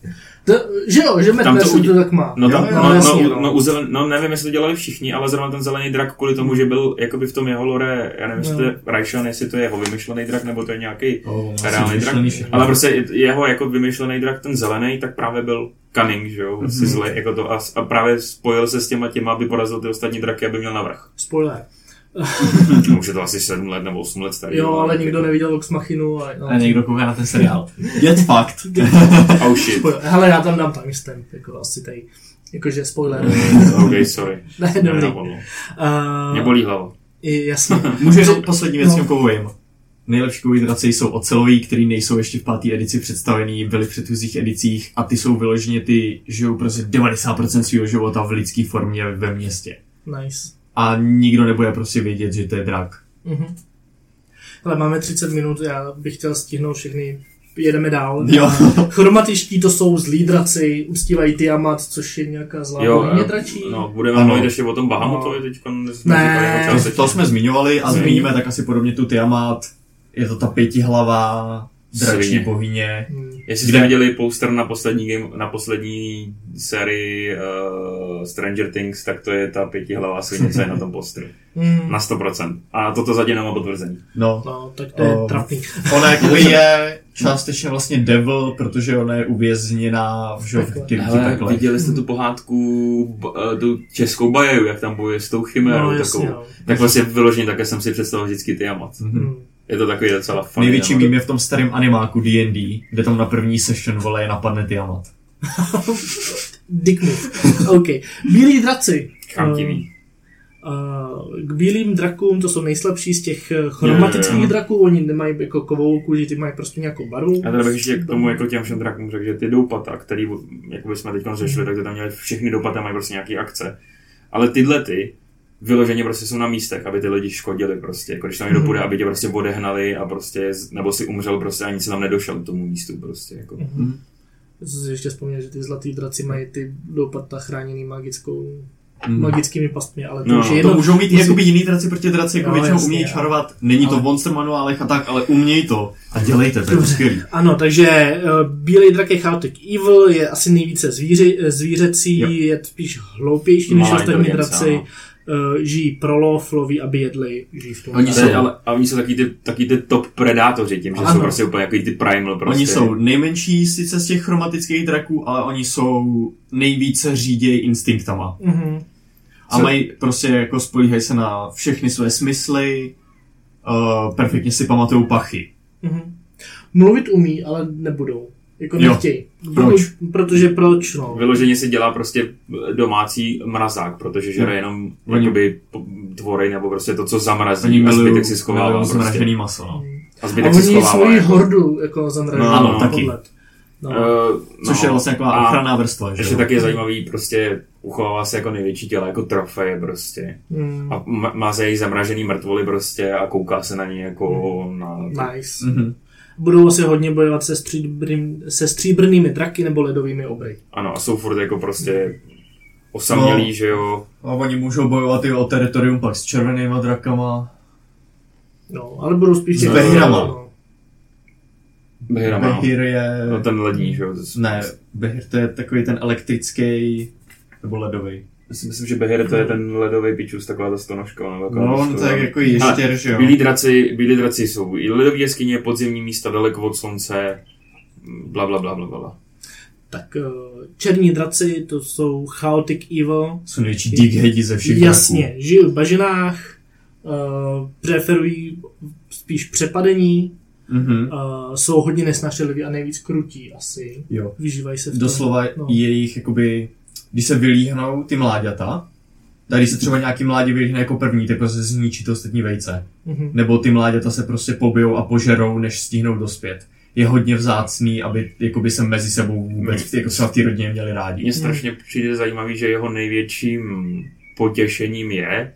To, že jo, že Madness to, to tak má. No, tam, jo, no, no, no, jasně, no, no. no, zelen, no, nevím, jestli to dělali všichni, ale zrovna ten zelený drak kvůli tomu, že byl jakoby v tom jeho lore, já nevím, jestli to je Raishan, jestli to je jeho vymyšlený drak, nebo to je nějaký oh, reálný drak, ale prostě jeho jako vymyšlený drak, ten zelený, tak právě byl cunning, že jo, mm-hmm. zlej, jako to, a, a právě spojil se s těma těma, aby porazil ty ostatní draky, aby měl navrch. Spoiler. No, už je to asi sedm let nebo osm let starý. Jo, ale ale nikdo neviděl Vox Machinu. A, no. a někdo kouká na ten seriál. Get fucked. Oh shit. Hele, já tam dám timestamp, jako asi tady. Jakože spoiler. Ok, sorry. Ne, dobrý. Uh, Mě bolí hlava. Jasně. Můžu jenom poslední věc, no. Kovovým. Nejlepší kovový draci jsou ocelový, který nejsou ještě v páté edici představený, byly v předchozích edicích a ty jsou vyloženě ty, žijou prostě devadesát procent svého života v lidské formě ve městě. Nice. A nikdo nebude prostě vědět, že to je drak. Mhm. Ale máme třicet minut, já bych chtěl stihnout všechny. Jedeme dál. Jo. Chromatičtí to jsou zlí draci, uctívají Tiamat, což je nějaká zlá bohyně dračí. No, budeme mluvit ještě o tom Bahamutovi teď. Ne, to, to jsme zmiňovali a zmíníme tak asi podobně tu Tiamat. Je to ta pětihlavá dračí bohyně. Hmm. Jestli jste viděli poster na poslední, game, na poslední sérii uh, Stranger Things, tak to je ta pětihlavá svině, co je na tom posteru. Hmm. Na sto procent. A toto zatím nemá potvrzení. No, no tak to je uh, trapný. Ona jakoby je částečně vlastně devil, protože ona je uvězněná v životě. Viděli jste tu pohádku, tu českou bajeju, jak tam bojuje s tou chimérou no, takovou. Jasně, no. Tak vlastně vyloženě také jsem si představil vždycky Tiamat. Hmm. Je to takový docela funny. Největší mým je v tom starém animáku D and D, kde tam na první session vole je napadne Tiamat. Dick move. OK. Bílí draci. Chamtivý. Uh, k bílým drakům, to jsou nejslabší z těch chromatických yeah, yeah. draků, oni nemají jako kovovou kůži, ty mají prostě nějakou barvu. A teda bych ještě k tomu jako těm všem drakům řekl, že ty doupata, který jako jsme teď řešili, tak tam měli všechny doupata, mají prostě nějaký akce. Ale tyhle ty vyloženě prostě jsou na místech, aby ty lidi škodili prostě, jako když tam někdo půjde, aby tě prostě odehnali a prostě, nebo si umřel prostě a nic se tam nedošel k tomu místu prostě, jako. Mm-hmm. Jsi ještě vzpomněl, že ty zlatý draci mají ty doupata chráněný magickou, mm. magickými pastmi, ale to no, už je jedno. To můžou mít jakoby jiný draci, protože draci jako no, většinou umějí čarovat, není ale... to v monster manuálech a tak, ale umějí to a dělejte, to je skvělý. Ano, takže uh, bílý drak je chaotic evil, je asi nejvíce zvíři, zvířecí, jo. Je spíš hloupější než ostatní draci. No. Uh, žijí pro lov, loví, aby jedli, žijí v tom. Oni jsou, ale, a oni jsou taky ty, taky ty top predátoři tím, že ano. Jsou prostě úplně jako ty primal prostě. Oni jsou nejmenší sice z těch chromatických draků, ale oni jsou nejvíce řídějí instinktama. Mm-hmm. A Co? Mají prostě jako spolíhají se na všechny své smysly, uh, perfektně si pamatujou pachy. Mm-hmm. Mluvit umí, ale nebudou. Jako nechtějí. Proč? Protože proč, no. Vyloženě si dělá prostě domácí mrazák, protože žere jenom oni, jakoby tvory, nebo prostě to, co zamrazí a zbytek si schovává. Prostě. Zmražený maso, no. A zbytek a si schovává. A oni svoji jako... hordu jako zamraží. No, ano, taky. No. Uh, Což no, je vlastně taková ochranná vrstva, že ještě taky je zajímavý, prostě uchovává se jako největší těla, jako trofeje prostě. Mm. A má se její zamražený mrtvoly prostě a kouká se na ní jako mm. na... Nice. Mm-hmm. Budou asi hodně bojovat se, stříbrným, se stříbrnými draky nebo ledovými obry. Ano, a jsou furt jako prostě osamělí, no, že jo. A oni můžou bojovat i o teritorium pak s červenýma drakama. No, ale budou spíš... S behirama. No. Behirama. Behir je... No ten lední, že jo. Ne, behir to je takový ten elektrický nebo ledový. Já si myslím, že Behir to je ten ledový pičus, taková ta stonožka. No, on to je jako ještěr, že jo. Bílí draci, bílí draci jsou i ledové jeskyně, podzemní místa daleko od slunce, bla bla bla bla bla. Tak černí draci, to jsou chaotic evil. Jsou největší dickheadi ze všech Jasně, draků. Žijí v bažinách, uh, preferují spíš přepadení, mm-hmm. uh, jsou hodně nesnášeliví a nejvíc krutí asi. Jo. Vyžívají se v tom. Doslova no. Jejich jakoby... Když se vylíhnou ty mláďata, tak když se třeba nějaký mládě vylíhne jako první, tak prostě zničí to ostatní vejce. Mm-hmm. Nebo ty mláďata se prostě pobijou a požerou, než stihnou dospět. Je hodně vzácný, aby jakoby se mezi sebou vůbec jako třeba v té rodině měli rádi. Mně strašně přijde zajímavý, že jeho největším potěšením je,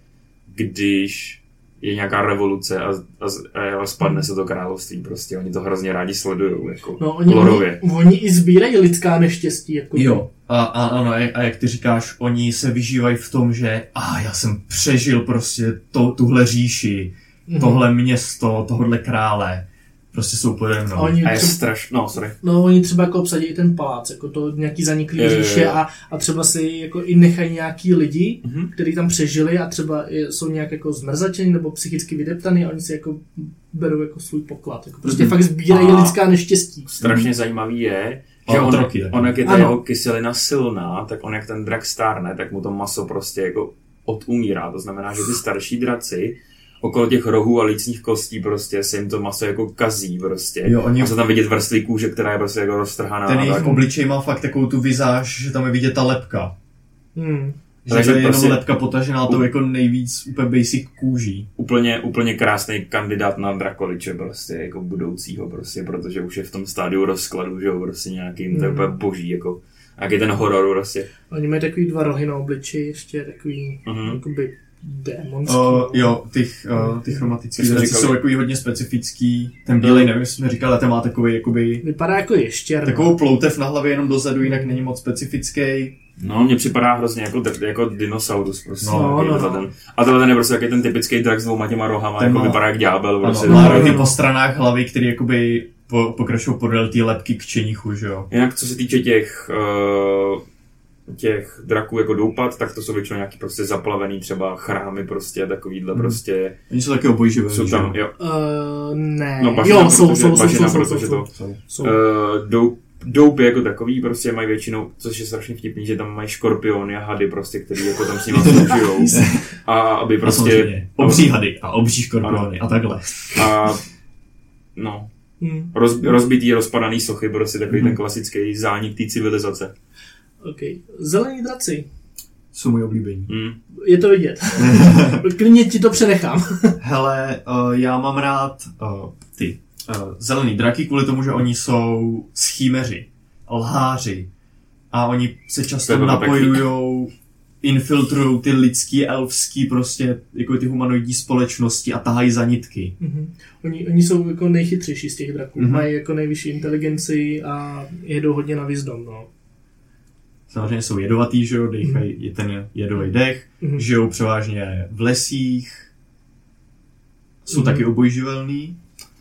když je nějaká revoluce a, a, a spadne se to království prostě. Oni to hrozně rádi sledujou, jako no, oni, lorově. Oni, oni i sbírají lidská neštěstí. Jako jo, a, a, ano, a jak ty říkáš, oni se vyžívají v tom, že a já jsem přežil prostě to, tuhle říši, mm-hmm. tohle město, tohle krále. prostě jsou pode mnou. A, a je třeba, straš... No, sorry. No, oni třeba jako obsadí i ten palác, jako to nějaký zaniklý říše a, a třeba si jako i nechají nějaký lidi, mm-hmm. kteří tam přežili a třeba jsou nějak jako zmrzačení nebo psychicky vydeptaný a oni si jako berou jako svůj poklad. Jako prostě mm-hmm. fakt sbírají a lidská neštěstí. Strašně mm-hmm. zajímavý je, že on, troky, on jak je ta jeho kyselina silná, tak on jak ten drak stárne, tak mu to maso prostě jako odumírá. To znamená, že ty starší draci okolo těch rohů a lícních kostí prostě se jim to maso jako kazí prostě. Jo, oni... A se tam vidět vrstvy kůže, která je prostě jako roztrhaná. Ten jejich obličej má fakt takovou tu vizáž, že tam je vidět ta lebka. Hmm. Že takže je jenom prostě lebka potažená tou jako nejvíc úplně basic kůží. Úplně, úplně krásný kandidát na Drakoliče prostě, jako budoucího prostě, protože už je v tom stádiu rozkladu, že jo, prostě nějakým, hmm. to je úplně boží, jako, jaký ten horor prostě. Oni mají takový dva rohy na obliči, ještě takový, uh-huh. jakoby démonský. Uh, jo, těch, uh, ty chromatický draci jsou jako hodně specifický. Ten bílej, nevím, jestli jsme říkali, ten má takový jakoby... Vypadá jako ještěr. Takovou ploutev na hlavě jenom dozadu, jinak není moc specifický. No, mně připadá hrozně jako, jako dinosaurus prostě. No, no, no. Ten. A tohle ten je prostě jaký ten typický drak s dvouma těma rohama, ten jako má... vypadá jak ďábel. Prostě. Ano, má rohy po stranách hlavy, který jakoby po, pokračují podél té lebky k čenichu, že jo. Jinak co se týče těch... Uh... těch draků jako doupat, tak to jsou většinou nějaký prostě zaplavený třeba chrámy prostě takovýhle hmm. prostě. Oni jsou taky obojživé. Jsou tam, jo. Uh, ne. No, bažina, jo, jsou, jsou, bažina, jsou, protože jsou, to, jsou, jsou. Uh, doup, doupy jako takový prostě mají většinou, což je strašně vtipný, že tam mají škorpiony a hady prostě, který jako tam s nimi služujou. A aby prostě... A obří hady a obří škorpiony a takhle. A no. Hmm. Roz, rozbitý, rozpadaný sochy, prostě takový hmm. ten klasický zánik té civilizace. OK. Zelení draci. Jsou můj oblíbení. Mm. Je to vidět. Klidně ti to přenechám. Hele, uh, já mám rád uh, ty uh, zelený draky kvůli tomu, že oni jsou schýmeři, lháři a oni se často napojujou, infiltrujou ty lidský, elfský prostě jako ty humanoidní společnosti a tahají za nitky. Mm-hmm. Oni, oni jsou jako nejchytřejší z těch draků. Mm-hmm. Mají jako nejvyšší inteligenci a jedou hodně na wisdom, no. Samozřejmě jsou jedovatý, že jo, dejchají mm. ten jedový dech, mm. žijou převážně v lesích, jsou mm. taky obojživelný.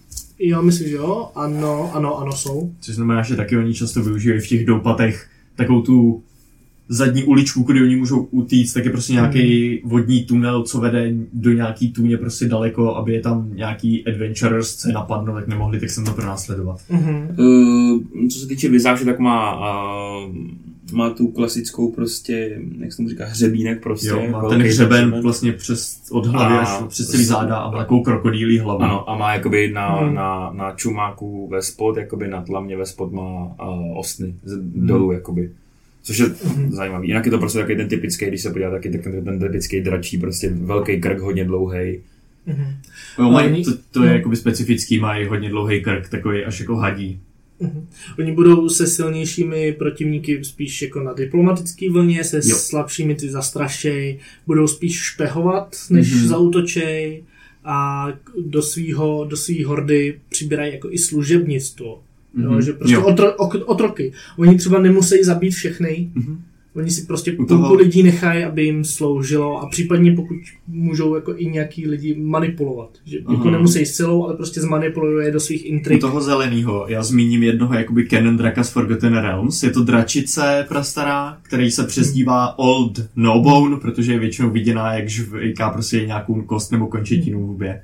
Jo, myslím, že jo, ano, ano, ano jsou. Což znamená, že taky oni často využívají v těch doupatech takovou tu zadní uličku, kde oni můžou utíct, tak je prostě nějaký mm. vodní tunel, co vede do nějaký tůně prostě daleko, aby je tam nějaký adventurers se napadnou, tak nemohli, tak jsem to pronásledovat. Mm-hmm. Uh, co se týče vizáže, tak má... Uh... má tu klasickou prostě, jak se tomu říká, hřebínek prostě. Jo, má ten hřeben hřeben. Vlastně přes, od hlavy až přes celý záda a má takovou krokodýlí hlavu. Ano, a má jakoby na, hmm. na, na čumáku ve spod, jakoby na tlamě ve spod má uh, ostny z, hmm. dolů, jakoby. Což je hmm. zajímavý. Jinak je to prostě taky ten typický, když se podívá, taky ten, ten typický dračí, prostě velký krk, hodně dlouhý. Hmm. No, mají, to, to je jakoby specifický, mají hodně dlouhý krk, takový až jako hadí. Uhum. Oni budou se silnějšími protivníky spíš jako na diplomatické vlně, se jo. slabšími ty zastrašej, budou spíš špehovat, než mm-hmm. zaútočej a do svýho, do svý hordy přibírají jako i služebnictvo. Mm-hmm. Jo, že prostě otro, otroky. Oni třeba nemusí zabít všechny, mm-hmm. oni si prostě půlku toho... lidí nechají, aby jim sloužilo a případně pokud můžou jako i nějaký lidi manipulovat. Že uh-huh. jako nemusí s celou, ale prostě zmanipuluje je do svých intrik. U toho zelenýho, já zmíním jednoho jakoby Canon draka z Forgotten Realms. Je to dračice prastará, který se přezdívá Old Gnawbone, protože je většinou viděná, jak žvejká prostě nějakou kost nebo končetinu v hubě.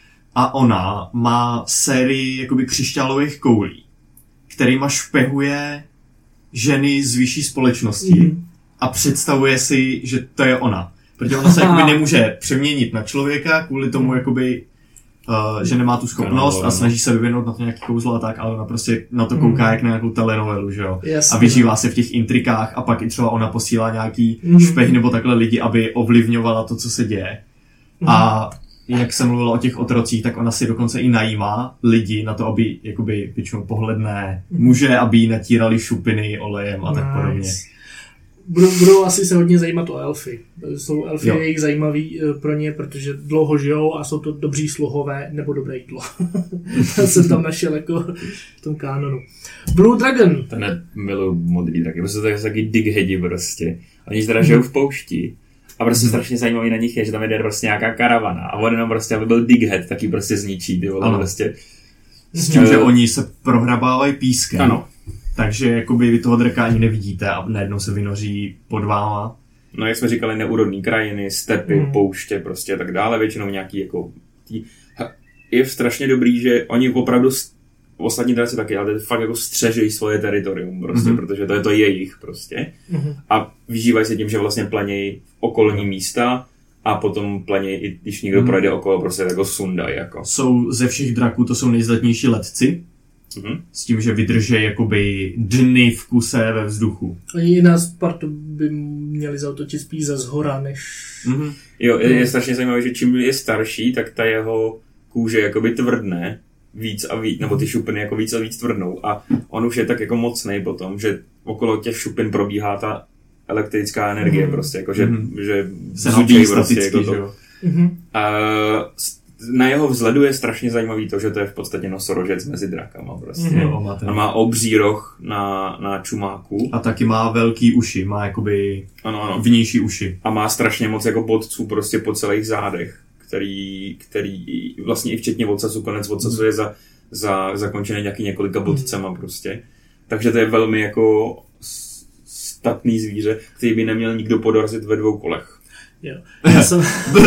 A ona má sérii jakoby křišťálových koulí, kterýma špehuje ženy z vyšší společnosti mm. a představuje si, že to je ona. Protože ona se jakoby nemůže přeměnit na člověka kvůli tomu, jakoby, uh, že nemá tu schopnost a snaží se vyvinout na to nějaký kouzlo a tak, ale ona prostě na to kouká mm. jak na nějakou telenovelu, že jo. Jasně. A vyžívá se v těch intrikách a pak i třeba ona posílá nějaký mm. špeh nebo takhle lidi, aby ovlivňovala to, co se děje. Mm. A jak jsem mluvila o těch otrocích, tak ona si dokonce i najímá lidi na to, aby jakoby většinou pohledné muže, aby jí natírali šupiny olejem a nice. Tak podobně. Budou, budou asi se hodně zajímat o elfy. Jsou elfy jejich zajímavý pro ně, protože dlouho žijou a jsou to dobří sluhové nebo dobré jídlo. To jsem tam našel jako v tom kánonu. Blue Dragon. To ne, miluji modrý draky, prostě to je taky dighedi prostě. Oni teda žijou v poušti. A prostě strašně zajímavý na nich je, že tam jde prostě nějaká karavana a on jenom prostě, aby byl dighead, taky prostě zničí, ty vole, prostě. S tím, že oni se prohrabávají pískem. Ano. Takže jakoby vy toho draka ani nevidíte a najednou se vynoří pod váma. No jak jsme říkali, neúrodný krajiny, stepy, mm. pouště prostě a tak dále, většinou nějaký jako... Tý... Je strašně dobrý, že oni opravdu, ostatní draci taky, ale fakt jako střežejí svoje teritorium prostě, mm. protože to je to jejich prostě. Mm. A vyžívají se tím, že vlastně planějí okolní místa a potom planějí, i když někdo mm. projde okolo, prostě jako sundají jako. Jsou ze všech draků, to jsou nejzdatnější letci. Mm-hmm. S tím, že vydrží jakoby dny v kuse ve vzduchu. Oni i na Spartu by měli zautočit spíš ze zhora, než... Mm-hmm. Jo, je, je strašně zajímavé, že čím je starší, tak ta jeho kůže jakoby tvrdne víc a víc, nebo ty šupiny jako víc a víc tvrdnou. A on už je tak jako mocnej potom, že okolo těch šupin probíhá ta elektrická energie mm-hmm. prostě, jako že, mm-hmm. že zudí prostě jako to. Mm-hmm. A na jeho vzhledu je strašně zajímavý to, že to je v podstatě nosorožec mezi drakama prostě. Mm-hmm. On má obří roh na, na čumáku. A taky má velký uši, má jakoby ano, ano. vnější uši. A má strašně moc jako bodců prostě po celých zádech, který, který vlastně i včetně odsasu, konec odsasu je za, za, zakončený nějaký několika bodcema prostě. Takže to je velmi jako statný zvíře, který by neměl nikdo podorazit ve dvou kolech. Jo. Já jsem,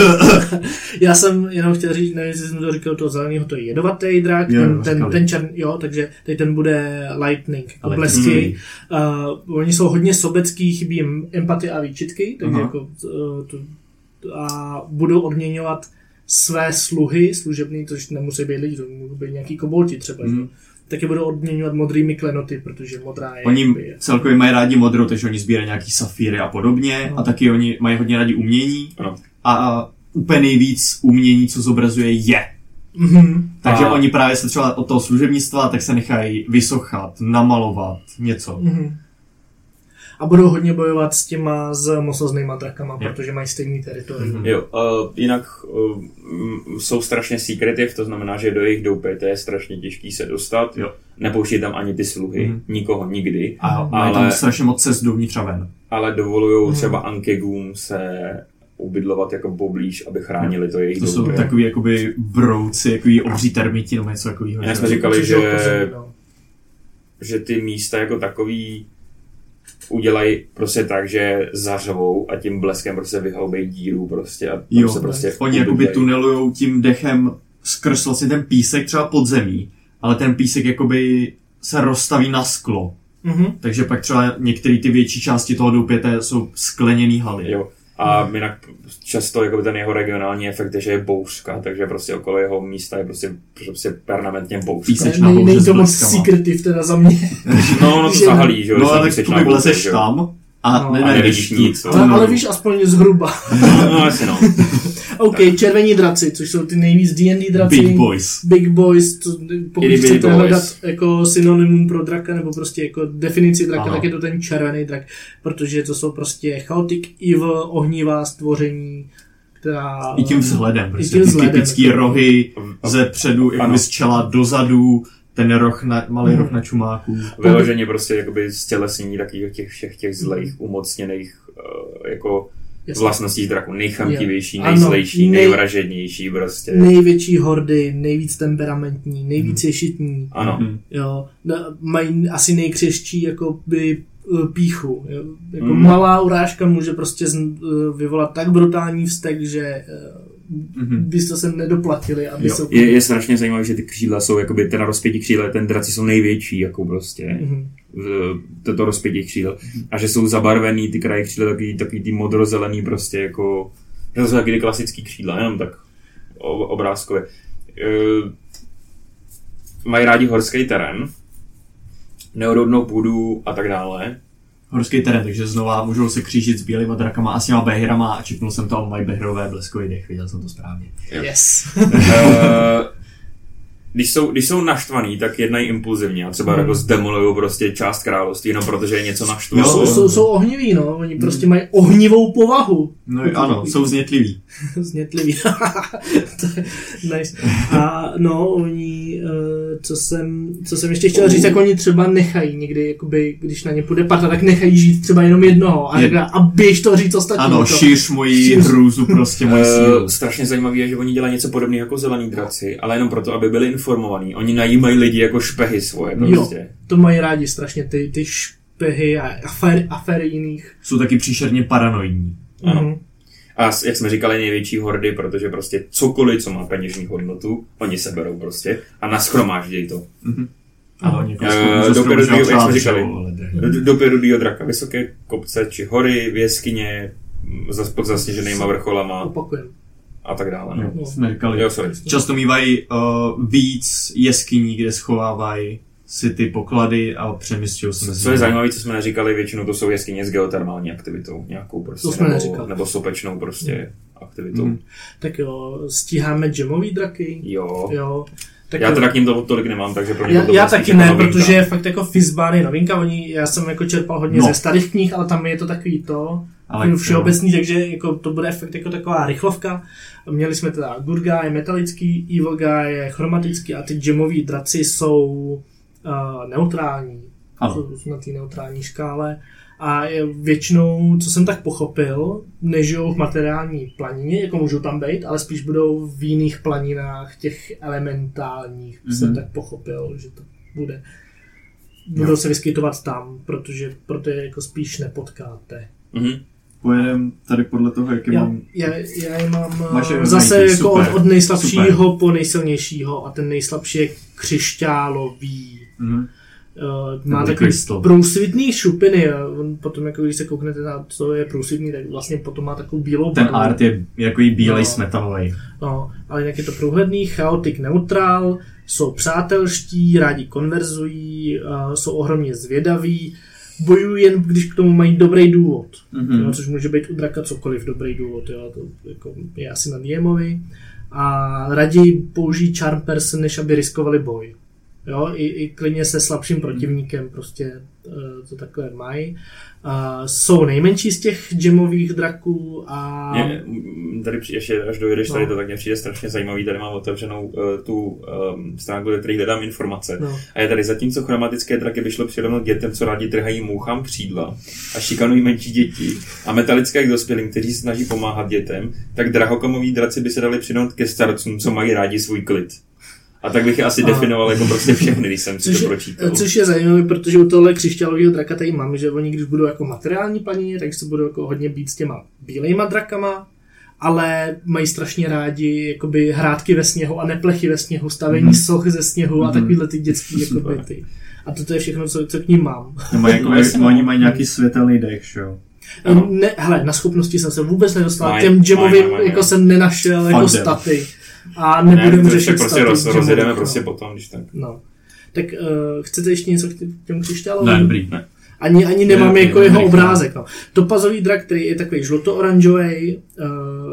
já jsem jenom chtěl říct, nevím, jestli jsem to říkal, toho zeleného, to je jedovatý drak, jo, ten, ten, ten černý, jo, takže teď ten bude lightning, jako blesky. Uh, oni jsou hodně sobecký, chybí jim empatie a výčitky, takže jako, uh, to, a budou odměňovat své sluhy, služebný, což nemusí být lidi, to můžou být nějaký kobolti třeba, mm. taky budou odměňovat modrými klenoty, protože modrá je... Oni celkově mají rádi modrou, takže oni sbírají nějaký safíry a podobně no. a taky oni mají hodně rádi umění no. a úplně nejvíc umění, co zobrazuje, je. Mm-hmm. Takže a... oni právě se třeba od toho služebnictva tak se nechají vysochat, namalovat, něco. Mm-hmm. A budou hodně bojovat s těma s mocnoznýma drakama, jo. protože mají stejný teritorium. Mm-hmm. Jo, uh, jinak uh, jsou strašně secretive, to znamená, že do jejich doupěte je strašně těžký se dostat. Jo. Nepouští tam ani ty sluhy, mm-hmm. nikoho nikdy. A ale, mají tam strašně moc cest dovnitř a ven. Ale dovolujou mm-hmm. třeba Ankegům se ubydlovat jako poblíž, aby chránili to jejich to doupě. To jsou takový jakoby brouci, takový obří termiti, nebo něco takovýho. Já jsme říkali, že, že ty místa jako takový udělají prostě tak, že zařvou a tím bleskem prostě vyhloubej díru prostě a tam jo, se prostě oni jakoby tunelujou tím dechem skrz vlastně ten písek třeba pod zemí, ale ten písek jakoby se rozstaví na sklo. Mm-hmm. Takže pak třeba některé ty větší části toho doupěte jsou skleněný haly. Jo. A jinak často jakoby ten jeho regionální efekt je, že je bouřka, takže prostě okolo jeho místa je prostě, prostě permanentně bouřka. Písečná bouře. Není to moc secretive teda za mě. No, no to zahalí, že jo. No, ale tu vylezeš tam a no, ne, a nevidíš nic. Ale, ale víš aspoň zhruba. No, no asi no. OK, červení draci, což jsou ty nejvíc D and D draci. Big boys. Big boys, to, pokud Itty chcete hledat jako synonymum pro draka, nebo prostě jako definici draka, ano. tak je to ten červený drak, protože to jsou prostě chaotic, evil, ohnivá stvoření, která... I tím vzhledem, prostě ty typický rohy ze předu, jako z čela dozadu, ten roh na, malý hmm. roh na čumáku. Vyloženě prostě jakoby stělesnění takových těch všech těch zlejch, umocněných uh, jako Jasně. vlastností draku. Nejchamtivější, nejzlejší, nej, nejvražednější prostě. Největší hordy, nejvíc temperamentní, nejvíc hmm. ješitní. Ano. Jo, mají asi nejkřeščí jakoby píchu. Jo. Jako hmm. malá urážka může prostě vyvolat tak brutální vztek, že mm-hmm. byste se nedoplatili, aby jo. se... Je, je strašně zajímavé, že ty křídla jsou, jakoby ten rozpětí křídla, ten draci jsou největší, jako prostě, mm-hmm. toto rozpětí křídel. A že jsou zabarvený ty kraje křídla, takový, takový ty modrozelený prostě, jako, že to jsou taky ty klasický křídla, jenom tak obrázkově. E, mají rádi horský terén, neodolnou půdu a tak dále. Horský terén, takže znova můžou se křížit s bílýma drakama a s těma behrama a čeknul jsem to, mají behrové bleskový dech, viděl jsem to správně. Yes. uh, když, jsou, když jsou naštvaný, tak jednají impulzivně a třeba hmm. jako zdemolujou prostě část království, jenom protože je něco naštvaný. No, jsou, jsou, jsou ohniví, no, oni prostě hmm. mají ohnivou povahu. No ano, jsou znětliví. Znětliví. To je nice. A no, oni, uh, co jsem, co jsem ještě chtěl říct, jak oni třeba nechají někdy, jakoby, když na ně půjde parta, tak nechají žít třeba jenom jednoho a, je... a běž to říct ostatní. Ano, to. šíř moji šíř... hrůzu, prostě moji sílu. Uh, strašně zajímavé je, že oni dělají něco podobného jako zelený draci, ale jenom proto, aby byli informovaný. Oni najímají lidi jako špehy svoje prostě. Jo, to mají rádi strašně, ty, ty špehy a aféry, aféry jiných. Jsou taky příšerně paranoidní. Ano. Mm-hmm. A jak jsme říkali, největší hordy, protože prostě cokoliv, co má peněžní hodnotu, oni se berou prostě a nashromáždějí to. Mm-hmm. A oni uh, do Perudio, jak jsme říkali, do, do Perudio draka, vysoké kopce či hory, v jeskyně, pod zasněženýma vrcholama. Opakujem. A tak dále. No. No, jsme říkali. Jo, sorry. Často mývají uh, víc jeskyní, kde schovávají si ty poklady a přemysťují se mezi. Co je zajímavé, co jsme neříkali, většinou to jsou jeskyně s geotermální aktivitou, nějakou prostě, nebo, nebo sopečnou prostě mm. aktivitou. Mm. Tak jo, stíháme gemový draky. Jo. jo. Tak já teda k ním to tolik nemám, takže pro mě já, to já taky ne, novinka. Protože je fakt jako Fizbán je novinka, oni, já jsem jako čerpal hodně no. ze starých knih, ale tam je to takový to, ale všeobecný, no. takže jako to bude fakt jako taková rychlovka. Měli jsme teda Gurga je metalický, Evil Guy je chromatický a ty gemoví draci jsou uh, neutrální. Ano. Jsou na té neutrální škále. A většinou, co jsem tak pochopil, nežijou v materiální planině, jako můžou tam být, ale spíš budou v jiných planinách, těch elementálních, mm-hmm. jsem tak pochopil, že to bude. Budou no. se vyskytovat tam, protože proto je jako spíš nepotkáte. Mm-hmm. Pojedem tady podle toho, jaký já, mám... Já, já je mám Máše zase nejtý, jako super, od, od nejslabšího super. po nejsilnějšího a ten nejslabší je křišťálový. Mm-hmm. Uh, má takový průsvitný šupiny a on potom, jako když se kouknete na co je průsvitný, tak vlastně potom má takovou bílou Ten barvu. art je jako bílej no, smetanový. No, ale jinak je to průhledný, chaotik neutral, jsou přátelští, rádi konverzují, uh, jsou ohromně zvědaví, bojují jen, když k tomu mají dobrý důvod. Mm-hmm. Jo, což může být u draka cokoliv dobrý důvod, jo, to jako je asi na Diemovi. A raději použijí charm person, než aby riskovali boj. Jo, i, i klidně se slabším protivníkem prostě uh, to takhle mají. Uh, jsou nejmenší z těch gemových draků a... Mě, tady ještě, až dojedeš no. tady to, tak mě přijde strašně zajímavý. Tady mám otevřenou uh, tu um, stránku, kde který hledám informace. No. A je tady zatímco chromatické draky by šlo přirovnat dětem, co rádi trhají mouchám křídla a šikanují menší děti. A metalické k dospělým, kteří se snaží pomáhat dětem, tak drahokomoví draci by se dali přidnout ke starcům, co mají rádi svůj klid. A tak bych je asi a... definoval jako prostě všechny, když jsem si což to pročítal. Je, což je zajímavé, protože u tohle křišťálového draka tady mám, že oni když budou jako materiální planině, tak se budou jako hodně být s těma bílejma drakama, ale mají strašně rádi jakoby hrátky ve sněhu a neplechy ve sněhu, stavení mm-hmm. soch ze sněhu mm-hmm. a takovýhle ty dětský jakoby ty. A toto je všechno, co, co k ním mám. No, jako, no, oni mají nějaký světelný dech, jo? Ne, hele, na schopnosti jsem se vůbec nedostal, maj, těm gemovým jako jsem nenašel Fandem. Jako staty. A nebudeme ne, řešit prostě roz, rozjedeme prostě no. potom, když tak. No. Tak uh, chcete ještě něco k těm křišťálovým? Ne, dobrý, ne. Ani, ani nemáme ne, jako ne, jeho ne, obrázek. No. Topazový drak, který je takový žluto-oranžový, uh,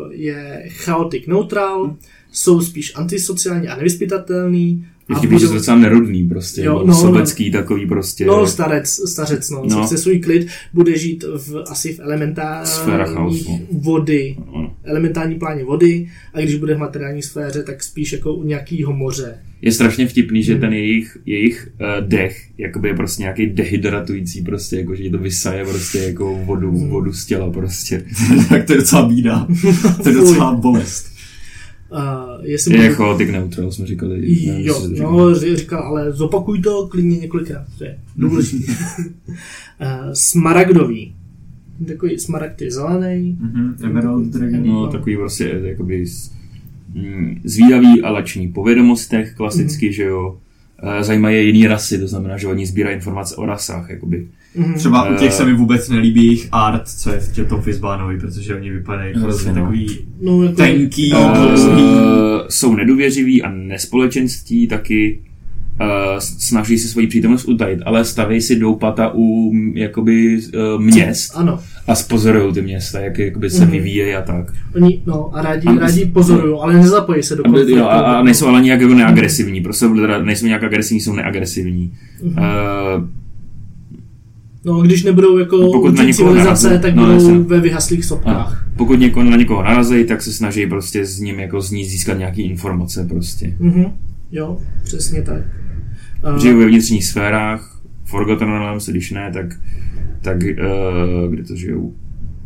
je chaotic neutral, hmm. jsou spíš antisociální a nevyspytatelný. Je chybí, že jsou docela nerodný prostě, jo, no, sobecký no, takový prostě. No, starec, stařec, no, no. chce svůj klid, bude žít v, asi v elementární vody, no. elementární pláně vody a když bude v materiální sféře, tak spíš jako u nějakého moře. Je strašně vtipný, že hmm. ten jejich, jejich uh, dech jakoby je prostě nějaký dehydratující prostě, jako že to vysaje prostě jako vodu, hmm. vodu z těla prostě. Tak to je docela bída. To je docela bolest. Uh, je můžu... chaotic neutral, jsme říkali. Ne, jo, no, říkal, ale zopakuj to klidně několikrát, to je důležité. uh, smaragdový. Takový smaragd je zelený. Mm-hmm, Emerald Dragon. No, takový prostě jakoby mm, zvídavý a lační po vědomostech, klasicky, mm-hmm. že jo. Uh, zajímají je jiný rasy, to znamená, že oni sbírají informace o rasách, jakoby. Mm-hmm. Třeba u těch se mi vůbec nelíbí jejich art, co je v tom Fizbánovi, protože oni vypadají prostě takový no, jako tenký, uh, jsou nedůvěřiví a nespolečenství taky. Uh, snaží si svoji přítomnost utajit, ale staví si doupata u jakoby uh, měst ano. a spozorujou ty města, jak jakoby se mm-hmm. vyvíjejí a tak. Oni no a rádi, a rádi pozorují, ale nezapojí se do konfliktu. A, a nejsou ale nějak jako neagresivní, prostě nejsou nějak agresivní, jsou neagresivní. Mm-hmm. Uh, no když nebudou jako učit civilizace, narazí, tak no, budou jasně. ve vyhaslých sopkách. Pokud něko, na někoho narazí, tak se snaží prostě s ním jako z ní získat nějaký informace prostě. Mm-hmm. Jo, přesně tak. Uh, Žijou ve vnitřních sférách, Forgotten Realms, když ne, tak, tak uh, kde to žijou?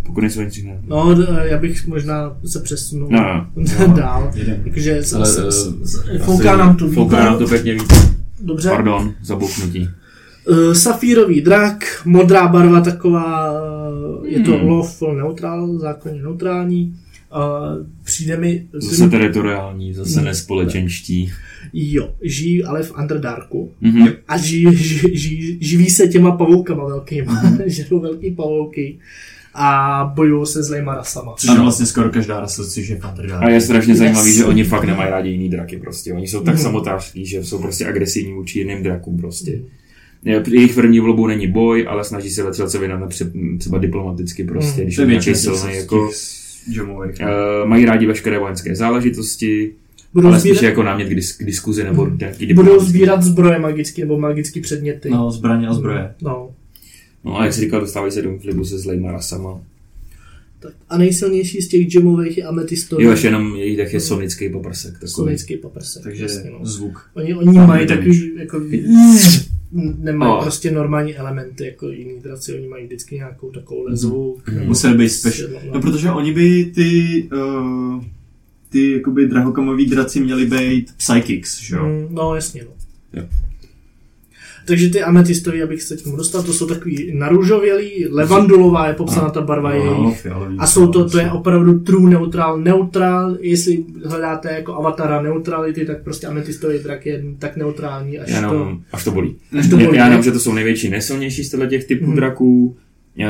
Pokud nejsou nic jiného. No, já bych možná se přesunul no, no, dál. Takže fouká nám tu Fouká nám to pěkně víc. Dobře. Pardon, za bouchnutí. Uh, safírový drak, modrá barva taková, je to hmm. lawful neutral, zákonně neutrální. Uh, přijde mi... Zase ten... teritoriální, zase nespolečenští. Jo, žijí ale v Underdarku mm-hmm. a žijí, žijí, žijí, živí se těma pavoukama velkýma, mm-hmm. žerou velký pavouky a bojují se zlejma rasama. Což je vlastně skoro každá rasa, což je v Underdarku. A je strašně yes. zajímavý, že oni fakt nemají rádi jiný draky prostě. Oni jsou tak mm. samotářský, že jsou prostě agresivní vůči jiným drakům prostě. Mm. Jejich první volbou není boj, ale snaží se letřelce vydat třeba diplomaticky prostě, mm. když je nějaký silný jako... Uh, mají rádi veškeré vojenské záležitosti, budou ale spíš jako námět k, dis- k diskuzi nebo mm. nějaký budou sbírat zbroje magické nebo magické předměty. No, zbraně a zbroje. No. No a jak jsi říkal, dostávají se do konfliktu se zlejma rasama. Tak. A nejsilnější z těch gemových je ametistový. Jo, ještě jenom jejich dech je sonický paprsek. Takový. Sonický paprsek. Takže jasně, no. Zvuk. Oni, oni mají takový, jako, nemají no. prostě normální elementy, jako jiný draci, oni mají vždycky nějakou takovou zvuk. Mm. Museli být special. No, no, protože oni by ty, uh, ty jakoby drahokamový draci měli být psychics, že jo? Mm, no, jasně, no. Jo. Takže ty ametistový, abych se k tomu dostal, to jsou takový narůžovělý, levandulová je popsána ta barva jejich. A jsou to, to je opravdu true neutral. Neutral, jestli hledáte jako avatara neutrality, tak prostě ametistový drak je tak neutrální, až jenom, to... Až to bolí. Až to bolí. Já nevím, že to jsou největší, nejsilnější z těch typů hmm. draků. Uh,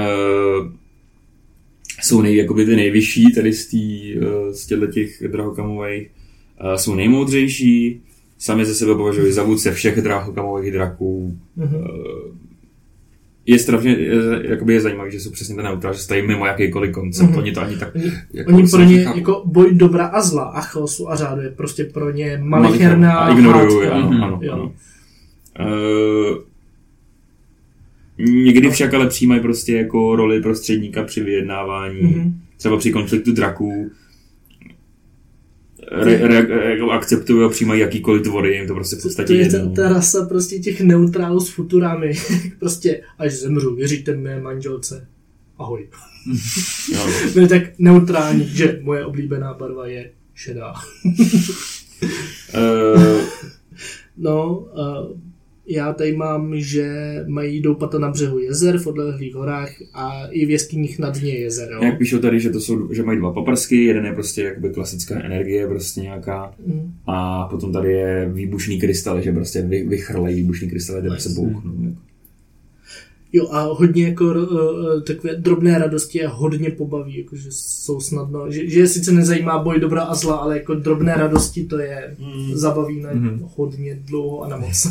jsou nej, jakoby ty nejvyšší tady z, tý, uh, z těch drahokamových. Uh, jsou nejmoudřejší. Sami ze sebe považují za vůdce všech drahokamových draků. Mm-hmm. Je strašně, jakoby je zajímavý, že jsou přesně ten neutral, že stojí mimo jakýkoliv koncept. Mm-hmm. Oni to ani tak... Oni, jako oni pro ně chápu. Jako boj dobra a zla a chaosu a řádu je prostě pro ně malicherná a ignorují, ano, ano, ano, ano. Uh, někdy však ale přijímají prostě jako roli prostředníka při vyjednávání, mm-hmm. třeba při konfliktu draků. Re, re, re, akceptují a přijímají jakýkoliv tvory, jim to prostě v podstatě je ta, ta rasa prostě těch neutrálů s futurami. Prostě až zemřu, věříte mé manželce. Ahoj. Byli tak neutrální, že moje oblíbená barva je šedá. uh... No, uh, já tady mám, že mají doupata na břehu jezer v odlehlých horách a i v jeskyních na dně jezer. Jo? Jak píšou tady, že to jsou, že mají dva paprsky, jeden je prostě jakoby klasická energie, prostě nějaká, mm. a potom tady je výbušný krystal, že prostě vy, vychrlejí výbušný krystal, kde se bouchnou. Jo, a hodně jako uh, takové drobné radosti a hodně pobaví, jakože jsou snadno, že, že je sice nezajímá boj dobra a zla, ale jako drobné radosti to je mm. zabaví na mm. hodně dlouho a na moc.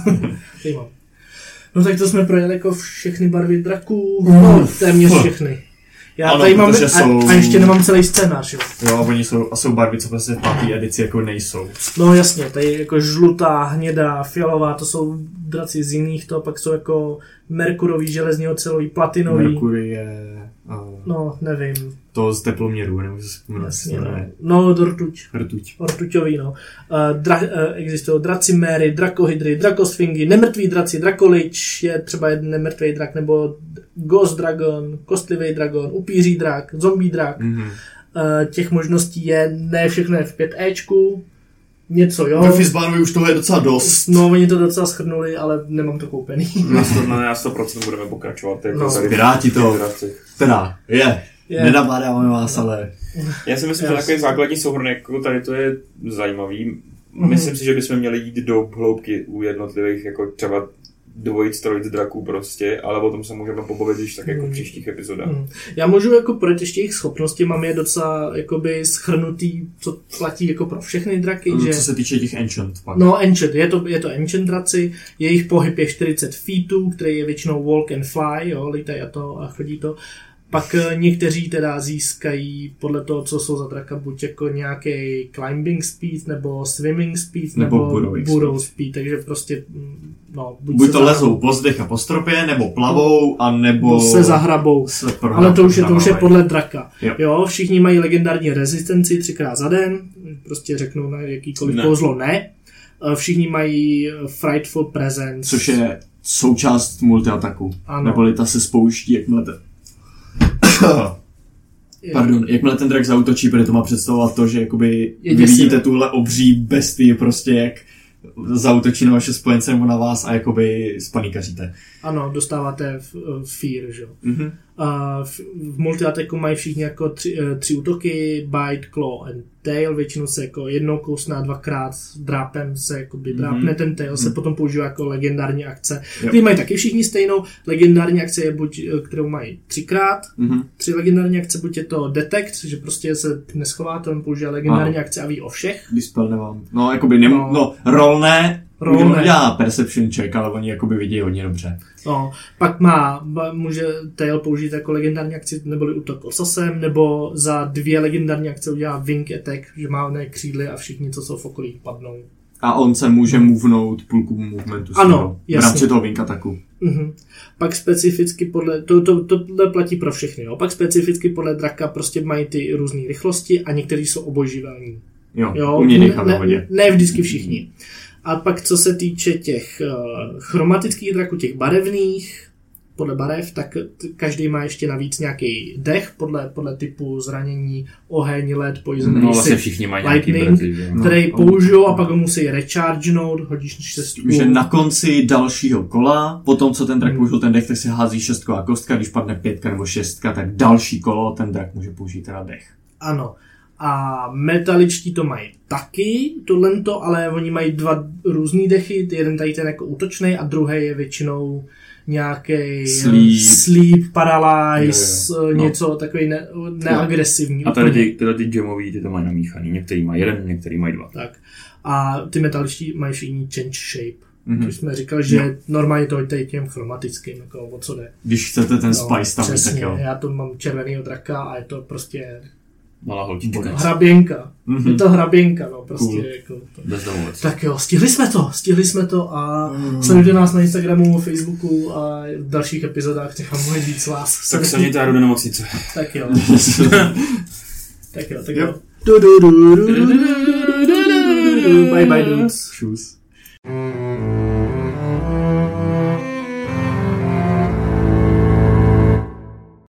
No tak to jsme projeli jako všechny barvy draků, no téměř všechny. Já ano, tady mám, a, jsou... a ještě nemám celý scénář, jo. Jo, oni jsou, a jsou barvy, co prostě v páté edici jako nejsou. No jasně, tady jako žlutá, hnědá, fialová, to jsou draci z jiných, to pak jsou jako merkurový, železný, ocelový, platinový. Merkury je... Uh, no, nevím. To z teploměru, nemůžu si vzpomínat. Jasně, no. No, to rtuť. Rtuť. Rtuťový, no. Uh, dra, uh, existují draciméry, drakohydry, drakosfingy, nemrtví draci, drakolič, je třeba jeden nemrtvý drak, nebo ghost dragon, kostlivý dragon, upíří drak, zombie drak. Mm-hmm. Uh, těch možností je, ne všechno je v pět éčku, něco, jo. Ve Fizbánovi už toho je docela dost. No, oni to docela schrnuli, ale nemám to koupený. Na sto, na sto procent budeme pokračovat. Jako no. Piráti to, teda, je. Yeah. Nenabádáme vás, ale... Já si myslím, yes. že takový základní souhrn, jako tady to je zajímavý. Mm-hmm. Myslím si, že bychom měli jít do hloubky u jednotlivých, jako třeba dvojic, trojic draků prostě, ale o tom se můžeme pobavit již tak jako v příštích epizodách. Mm. Já můžu jako projet ještě jejich schopnosti, mám je docela jakoby schrnutý, co platí jako pro všechny draky. Mm, že... Co se týče těch enchant. Pak. No enchant, je to, je to enchant draci, jejich pohyb je čtyřicet feetů, který je většinou walk and fly, jo, lítají a to a chodí to. Pak někteří teda získají podle toho, co jsou za draka, buď jako nějaký climbing speed, nebo swimming speed, nebo, nebo burrowing speed. speed. Takže prostě, no... Buď, buď to zahrabou. Lezou po zdech a po stropě, nebo plavou, a nebo... se zahrabou. Se ale to už, je, to už je podle draka. Jo. jo, všichni mají legendární rezistenci třikrát za den, prostě řeknou na jakýkoliv ne. kouzlo ne. Všichni mají frightful presence. Což je součást multiataku. Neboli ta se spouští, jakmile te... Pardon, jakmile ten drak zaútočí, protože to má představovat to, že jakoby vy vidíte tuhle obří bestii prostě, jak zaútočí na vaše spojence nebo na vás a jakoby spanikaříte. Ano, dostáváte fear, že jo. Mm-hmm. Uh, v, v multiataku mají všichni jako tři, uh, tři útoky, bite, claw and tail, většinou se jako jednou kousne a dvakrát drápem se jakoby drápne, mm-hmm. ten tail mm-hmm. se potom používá jako legendární akce. Yep. Ty mají taky všichni stejnou, legendární akce je buď, kterou mají třikrát, mm-hmm. tři legendární akce, buď je to detect, že prostě se neschováte, on používá legendární Aha. akce a ví o všech. Dispel nemám. No, jakoby nem, no, no rolné, Rolné. Dělá perception check, ale oni jakoby vidí hodně dobře. No, pak má, může tail použít jako legendární akci, neboli útok osasem, nebo za dvě legendární akce udělá wing attack, že má oné křídly a všichni, co jsou v okolí, padnou. A on se může movenout půlku movementu ano, toho, v rámci toho wing attacku. Mhm. Pak specificky podle, to, to, to, to platí pro všechny, jo. Pak specificky podle draka prostě mají ty různé rychlosti a někteří jsou obožívaní. Jo, jo? Umějí nechat na hodě. Ne, ne vždycky všichni. A pak co se týče těch uh, chromatických draků, těch barevných, podle barev, tak t- každý má ještě navíc nějaký dech podle, podle typu zranění, oheň, led, poison, no, vlastně všichni mají lightning, brzy, no. který no, použijou a pak ho musí rechargenout, hodíš šestku. Že na konci dalšího kola, potom co ten drak hmm. použil ten dech, tak se hází šestková kostka, když padne pětka nebo šestka, tak další kolo ten drak může použít teda dech. Ano. A metaličtí to mají taky, tohlento, ale oni mají dva různý dechy, jeden tady ten jako útočný a druhý je většinou nějaký sleep, sleep paralyze, jo, jo. No. něco takový ne, neagresivní. A tady ty, tyhle ty gemový, ty to mají namíchaný, některý mají jeden, některý mají dva. Tak. A ty metaličtí mají všichni change shape. Mm-hmm. Když jsme říkali, že no. normálně to je těm chromatickým, jako o co jde. Když chcete ten no, spice tam, přesně, tak jo. Já to mám červenýho draka a je to prostě malá holčička. Hraběnka. Mm-hmm. Je to hraběnka, no, prostě. Cool. Jako to. Bezdomovec. Tak jo, stihli jsme to, stihli jsme to a mm. sledujte nás na Instagramu, Facebooku a v dalších epizodách nechám mnohem víc vás. Tak se mějte, já jdu do nemocnice. Tak jo. tak jo, tak jo. jo. Bye bye dudes. Shoes.